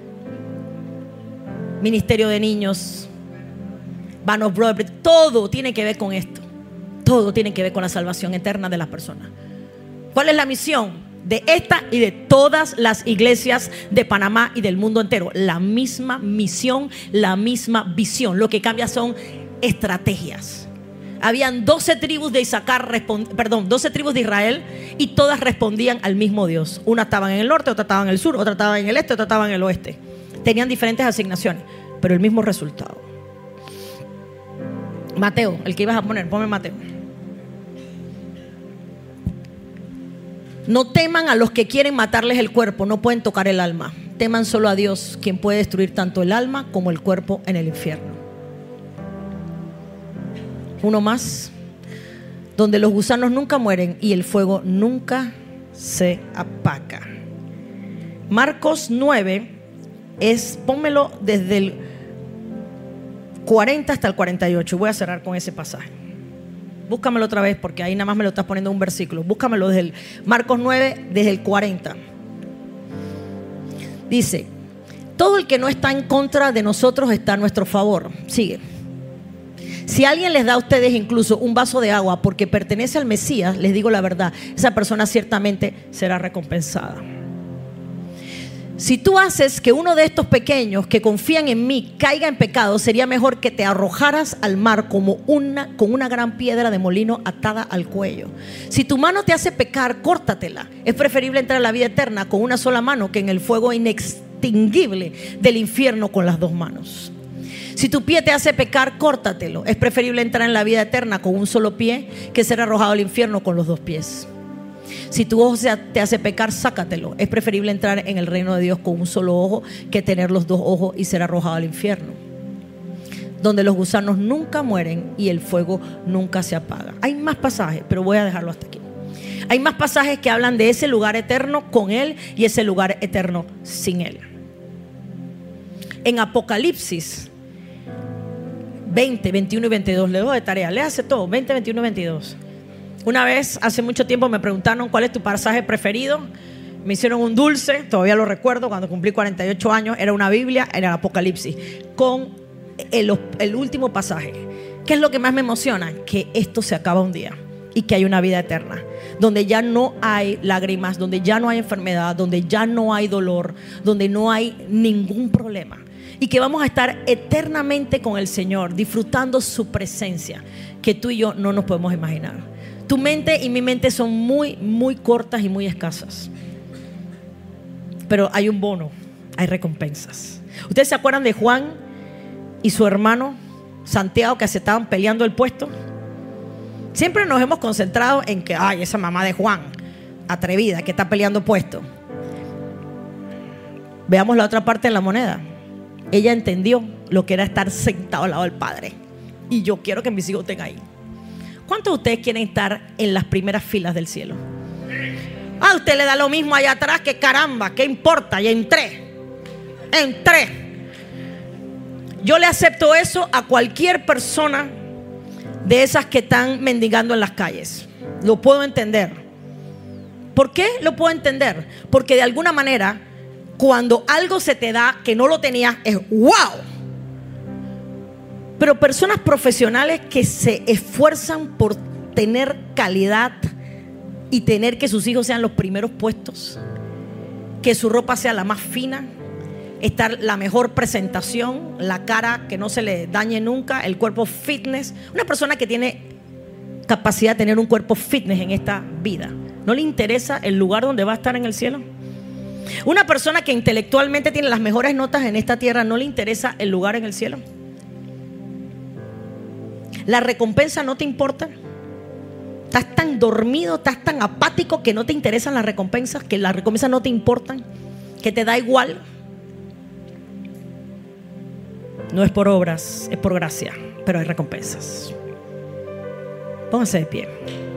Ministerio de Niños, Band of Brothers, todo tiene que ver con esto. Todo tiene que ver con la salvación eterna de las personas. ¿Cuál es la misión de esta y de todas las iglesias de Panamá y del mundo entero? La misma misión, la misma visión. Lo que cambia son estrategias. Habían doce tribus de Isaacar, perdón, doce tribus de Israel, y todas respondían al mismo Dios. Una estaba en el norte, otra estaba en el sur, otra estaba en el este, otra estaba en el oeste. Tenían diferentes asignaciones, pero el mismo resultado. Mateo, el que ibas a poner, ponme Mateo. No teman a los que quieren matarles el cuerpo, no pueden tocar el alma. Teman solo a Dios, quien puede destruir tanto el alma como el cuerpo en el infierno. Uno más, donde los gusanos nunca mueren y el fuego nunca se apaga. Marcos nueve es, pónmelo desde el cuarenta hasta el cuarenta y ocho. Voy a cerrar con ese pasaje. Búscamelo otra vez porque ahí nada más me lo estás poniendo en un versículo. Búscamelo desde el Marcos nueve, desde el cuarenta. Dice, todo el que no está en contra de nosotros está a nuestro favor. Sigue. Si alguien les da a ustedes incluso un vaso de agua porque pertenece al Mesías, les digo la verdad, esa persona ciertamente será recompensada. Si tú haces que uno de estos pequeños que confían en mí caiga en pecado, sería mejor que te arrojaras al mar como una, con una gran piedra de molino atada al cuello. Si tu mano te hace pecar, córtatela. Es preferible entrar a la vida eterna con una sola mano que en el fuego inextinguible del infierno con las dos manos. Si tu pie te hace pecar, córtatelo. Es preferible entrar en la vida eterna con un solo pie que ser arrojado al infierno con los dos pies. Si tu ojo te hace pecar, sácatelo. Es preferible entrar en el reino de Dios con un solo ojo que tener los dos ojos y ser arrojado al infierno, donde los gusanos nunca mueren y el fuego nunca se apaga. Hay más pasajes, pero voy a dejarlo hasta aquí. Hay más pasajes que hablan de ese lugar eterno con Él y ese lugar eterno sin Él. En Apocalipsis veinte, veintiuno y veintidós, le doy de tarea, léase todo, veinte, veintiuno y veintidós. Una vez, hace mucho tiempo, me preguntaron cuál es tu pasaje preferido. Me hicieron un dulce, todavía lo recuerdo, cuando cumplí cuarenta y ocho años. Era una Biblia, era el Apocalipsis, con el, el último pasaje. ¿Qué es lo que más me emociona? Que esto se acaba un día y que hay una vida eterna, donde ya no hay lágrimas, donde ya no hay enfermedad, donde ya no hay dolor, donde no hay ningún problema. Y que vamos a estar eternamente con el Señor, disfrutando su presencia, que tú y yo no nos podemos imaginar. Tu mente y mi mente son muy, muy cortas y muy escasas. Pero hay un bono, hay recompensas. ¿Ustedes se acuerdan de Juan y su hermano Santiago que se estaban peleando el puesto? Siempre nos hemos concentrado en que, ay, esa mamá de Juan, atrevida, que está peleando puesto. Veamos la otra parte de la moneda. Ella entendió lo que era estar sentado al lado del Padre. Y yo quiero que mis hijos estén ahí. ¿Cuántos de ustedes quieren estar en las primeras filas del cielo? A usted le da lo mismo allá atrás, que caramba, ¿qué importa? Ya entré. Entré. Yo le acepto eso a cualquier persona de esas que están mendigando en las calles. Lo puedo entender. ¿Por qué lo puedo entender? Porque de alguna manera, cuando algo se te da que no lo tenías, es wow. Pero personas profesionales que se esfuerzan por tener calidad y tener que sus hijos sean los primeros puestos, que su ropa sea la más fina, estar la mejor presentación, la cara que no se le dañe nunca, el cuerpo fitness. Una persona que tiene capacidad de tener un cuerpo fitness en esta vida, ¿no le interesa el lugar donde va a estar en el cielo? Una persona que intelectualmente tiene las mejores notas en esta tierra, ¿no le interesa el lugar en el cielo? ¿La recompensa no te importa? ¿Estás tan dormido, estás tan apático que no te interesan las recompensas? ¿Que las recompensas no te importan? ¿Que te da igual? No es por obras, es por gracia, pero hay recompensas. Pónganse de pie.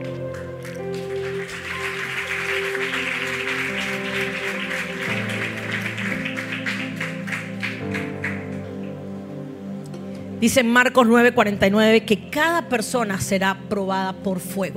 Dice en Marcos nueve cuarenta y nueve que cada persona será probada por fuego.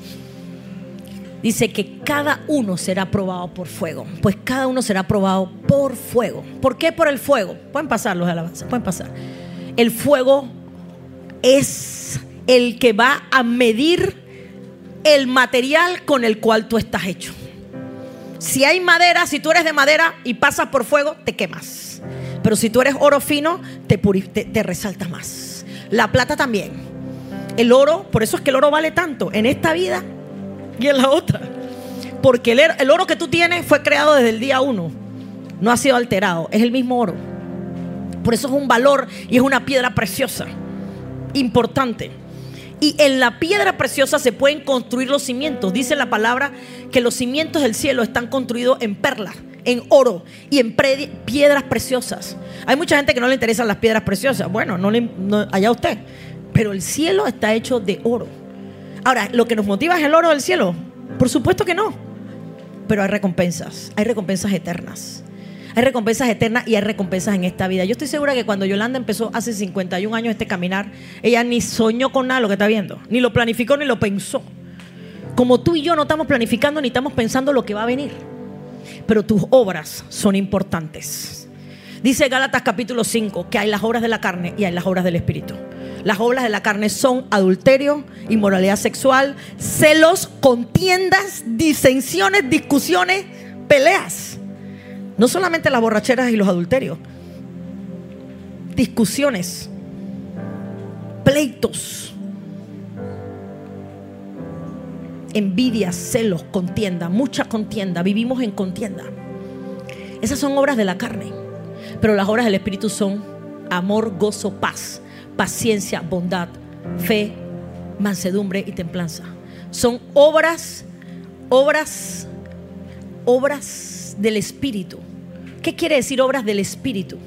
Dice que cada uno será probado por fuego. Pues cada uno será probado por fuego. ¿Por qué por el fuego? Pueden pasar los de alabanza, pueden pasar. El fuego es el que va a medir el material con el cual tú estás hecho. Si hay madera, si tú eres de madera y pasas por fuego, te quemas. Pero si tú eres oro fino, te, purif- te, te resalta más. La plata también. El oro, por eso es que el oro vale tanto en esta vida y en la otra. Porque el, el oro que tú tienes fue creado desde el día uno. No ha sido alterado, es el mismo oro. Por eso es un valor y es una piedra preciosa, importante. Y en la piedra preciosa se pueden construir los cimientos. Dice la palabra que los cimientos del cielo están construidos en perlas, en oro y en pre- piedras preciosas. Hay mucha gente que no le interesan las piedras preciosas. Bueno, no le, no, allá usted. Pero el cielo está hecho de oro. Ahora, ¿lo que nos motiva es el oro del cielo? Por supuesto que no. Pero hay recompensas. Hay recompensas eternas. Hay recompensas eternas y hay recompensas en esta vida. Yo estoy segura que cuando Yolanda empezó hace cincuenta y un años este caminar, ella ni soñó con nada lo que está viendo. Ni lo planificó ni lo pensó. Como tú y yo no estamos planificando ni estamos pensando lo que va a venir. Pero tus obras son importantes. Dice Gálatas capítulo cinco que hay las obras de la carne y hay las obras del Espíritu. Las obras de la carne son adulterio, inmoralidad sexual, celos, contiendas, disensiones, discusiones, peleas. No solamente las borracheras y los adulterios, discusiones, pleitos, envidia, celos, contienda, mucha contienda. Vivimos en contienda. Esas son obras de la carne, pero las obras del Espíritu son amor, gozo, paz, paciencia, bondad, fe, mansedumbre y templanza. Son obras, obras, obras del Espíritu. ¿Qué quiere decir obras del Espíritu?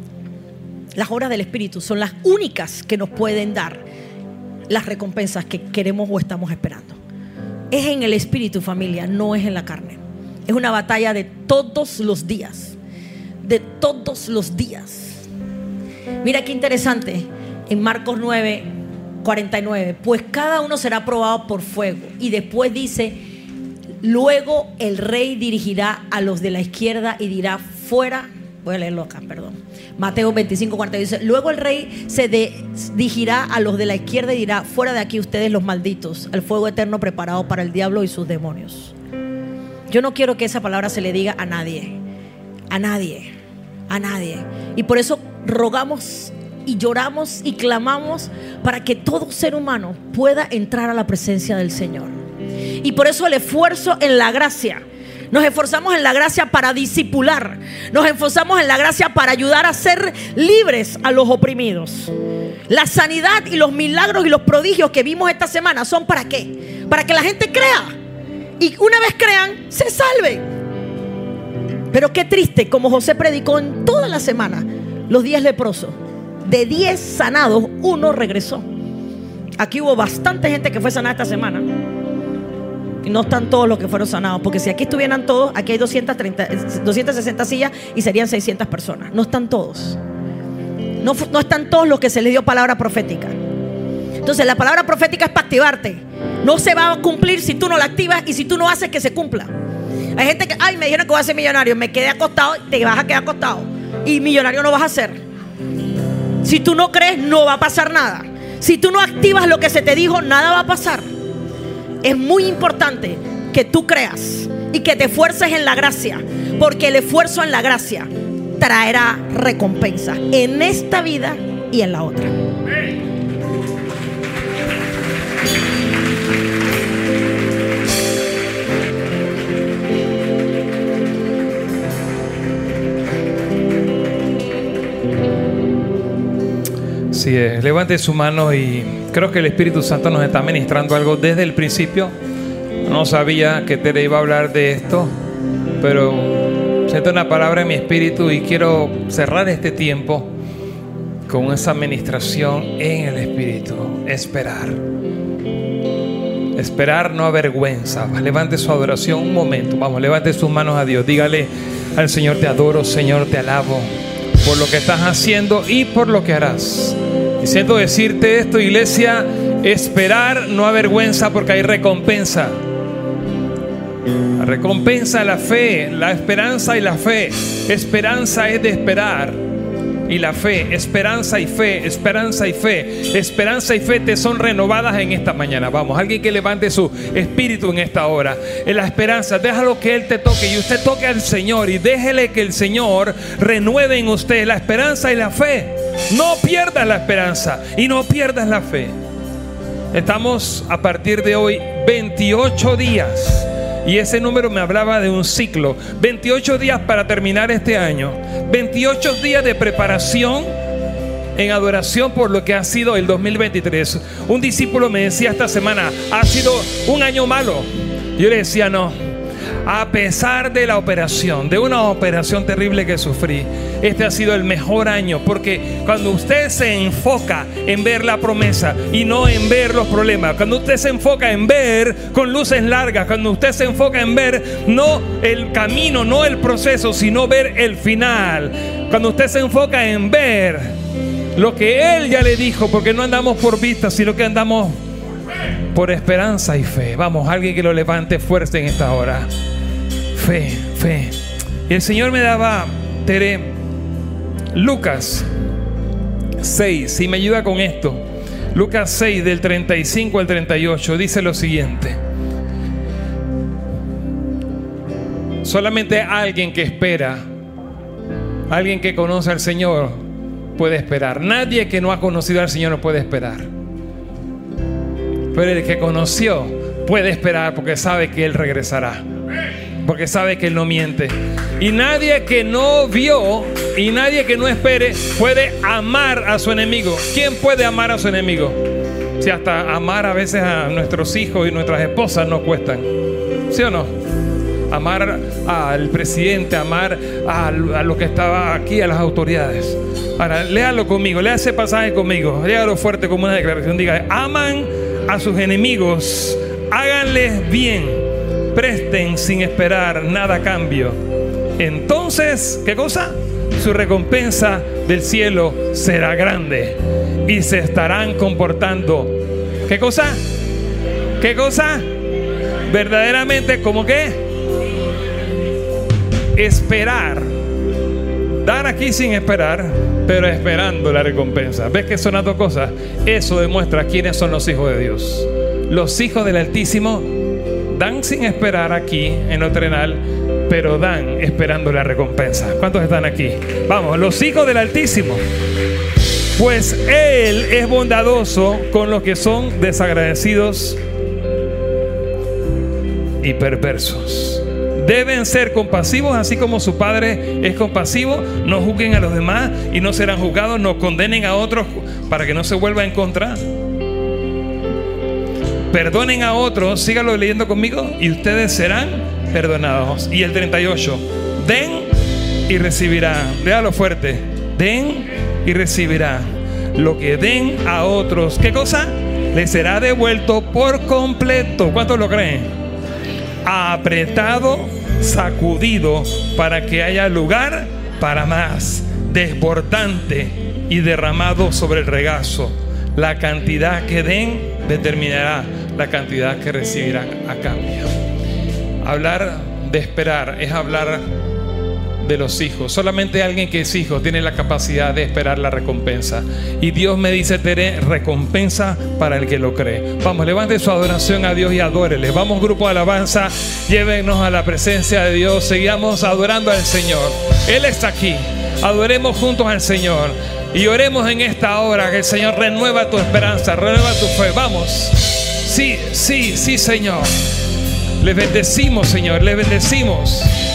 Las obras del Espíritu son las únicas que nos pueden dar las recompensas que queremos o estamos esperando. Es en el Espíritu, familia, no es en la carne. Es una batalla de todos los días, de todos los días. Mira qué interesante, en Marcos nueve, cuarenta y nueve, pues cada uno será probado por fuego. Y después dice, luego el rey dirigirá a los de la izquierda y dirá, fuera. Voy a leerlo acá, perdón. Mateo veinticinco, cuarenta dice, luego el rey se de, dirigirá a los de la izquierda y dirá, fuera de aquí ustedes los malditos, al fuego eterno preparado para el diablo y sus demonios. Yo no quiero que esa palabra se le diga a nadie, a nadie, a nadie. Y por eso rogamos y lloramos y clamamos para que todo ser humano pueda entrar a la presencia del Señor. Y por eso el esfuerzo en la gracia. Nos esforzamos en la gracia para discipular. Nos esforzamos en la gracia para ayudar a ser libres a los oprimidos. La sanidad y los milagros y los prodigios que vimos esta semana son ¿para qué? Para que la gente crea. Y una vez crean, se salven. Pero qué triste, como José predicó en toda la semana, los diez leprosos. De diez sanados, uno regresó. Aquí hubo bastante gente que fue sanada esta semana. Y no están todos los que fueron sanados, porque si aquí estuvieran todos, aquí hay doscientas treinta, doscientas sesenta sillas y serían seiscientas personas. No están todos. No, no están todos los que se les dio palabra profética. Entonces la palabra profética es para activarte. No se va a cumplir si tú no la activas y si tú no haces que se cumpla. Hay gente que, ay, me dijeron que voy a ser millonario, me quedé acostado, te vas a quedar acostado y millonario no vas a ser. Si tú no crees, no va a pasar nada. Si tú no activas lo que se te dijo, nada va a pasar. Es muy importante que tú creas y que te esfuerces en la gracia, porque el esfuerzo en la gracia traerá recompensa en esta vida y en la otra. Así es, levante su mano y creo que el Espíritu Santo nos está ministrando algo desde el principio. No sabía que Tere iba a hablar de esto, pero siento una palabra en mi espíritu y quiero cerrar este tiempo con esa administración en el Espíritu. Esperar. Esperar no avergüenza. Levante su adoración un momento. Vamos, levante sus manos a Dios. Dígale al Señor, te adoro, Señor, te alabo por lo que estás haciendo y por lo que harás. Y siento decirte esto, iglesia, esperar no avergüenza porque hay recompensa. La recompensa, la fe, la esperanza y la fe. Esperanza es de esperar. Y la fe, esperanza y fe, esperanza y fe, esperanza y fe te son renovadas en esta mañana. Vamos, alguien que levante su espíritu en esta hora. En la esperanza, déjalo que Él te toque y usted toque al Señor y déjele que el Señor renueve en usted la esperanza y la fe. No pierdas la esperanza y no pierdas la fe. Estamos a partir de hoy veintiocho días. Y ese número me hablaba de un ciclo. veintiocho días para terminar este año. veintiocho días de preparación en adoración por lo que ha sido el dos mil veintitrés. Un discípulo me decía esta semana, ha sido un año malo. Yo le decía, no. A pesar de la operación, de una operación terrible que sufrí, este ha sido el mejor año. Porque cuando usted se enfoca en ver la promesa y no en ver los problemas, cuando usted se enfoca en ver con luces largas, cuando usted se enfoca en ver no el camino, no el proceso, sino ver el final, cuando usted se enfoca en ver lo que Él ya le dijo, porque no andamos por vista, sino que andamos por esperanza y fe. Vamos, alguien que lo levante fuerte en esta hora. Fe, fe. Y el Señor me daba, Tere, Lucas seis, si me ayuda con esto. Lucas seis, del treinta y cinco al treinta y ocho, dice lo siguiente: solamente alguien que espera Alguien que conoce al Señor puede esperar. Nadie que no ha conocido al Señor no puede esperar. Pero el que conoció puede esperar porque sabe que Él regresará. Porque sabe que Él no miente. Y nadie que no vio y nadie que no espere puede amar a su enemigo. ¿Quién puede amar a su enemigo? Si hasta amar a veces a nuestros hijos y nuestras esposas nos cuestan. ¿Sí o no? Amar al presidente, amar a, a lo que estaba aquí, a las autoridades. Ahora, léalo conmigo, lea ese pasaje conmigo, léalo fuerte como una declaración. Diga: aman a sus enemigos, háganles bien, presten sin esperar nada a cambio. Entonces, ¿qué cosa? Su recompensa del cielo será grande y se estarán comportando. ¿Qué cosa? ¿Qué cosa? Verdaderamente, ¿cómo qué? Esperar. Dar aquí sin esperar, pero esperando la recompensa. ¿Ves que son las dos cosas? Eso demuestra quiénes son los hijos de Dios. Los hijos del Altísimo dan sin esperar aquí en lo terrenal, pero dan esperando la recompensa. ¿Cuántos están aquí? Vamos, los hijos del Altísimo. Pues Él es bondadoso con los que son desagradecidos y perversos. Deben ser compasivos, así como su Padre es compasivo. No juzguen a los demás y no serán juzgados. No condenen a otros para que no se vuelva en contra. Perdonen a otros, síganlo leyendo conmigo, y ustedes serán perdonados. Y el treinta y ocho, den y recibirán. Léalo fuerte. Den y recibirán. Lo que den a otros, ¿qué cosa? Les será devuelto por completo. ¿Cuántos lo creen? Apretado, sacudido, para que haya lugar para más, desbordante y derramado sobre el regazo. La cantidad que den determinará la cantidad que recibirán a cambio. Hablar de esperar es hablar de los hijos. Solamente alguien que es hijo tiene la capacidad de esperar la recompensa. Y Dios me dice: Tere, recompensa para el que lo cree. Vamos, levante su adoración a Dios y adórele. Vamos, grupo de alabanza, llévenos a la presencia de Dios. Sigamos adorando al Señor. Él está aquí. Adoremos juntos al Señor y oremos en esta hora que el Señor renueva tu esperanza, renueva tu fe. Vamos. Sí, sí, sí, Señor. Les bendecimos, Señor, les bendecimos.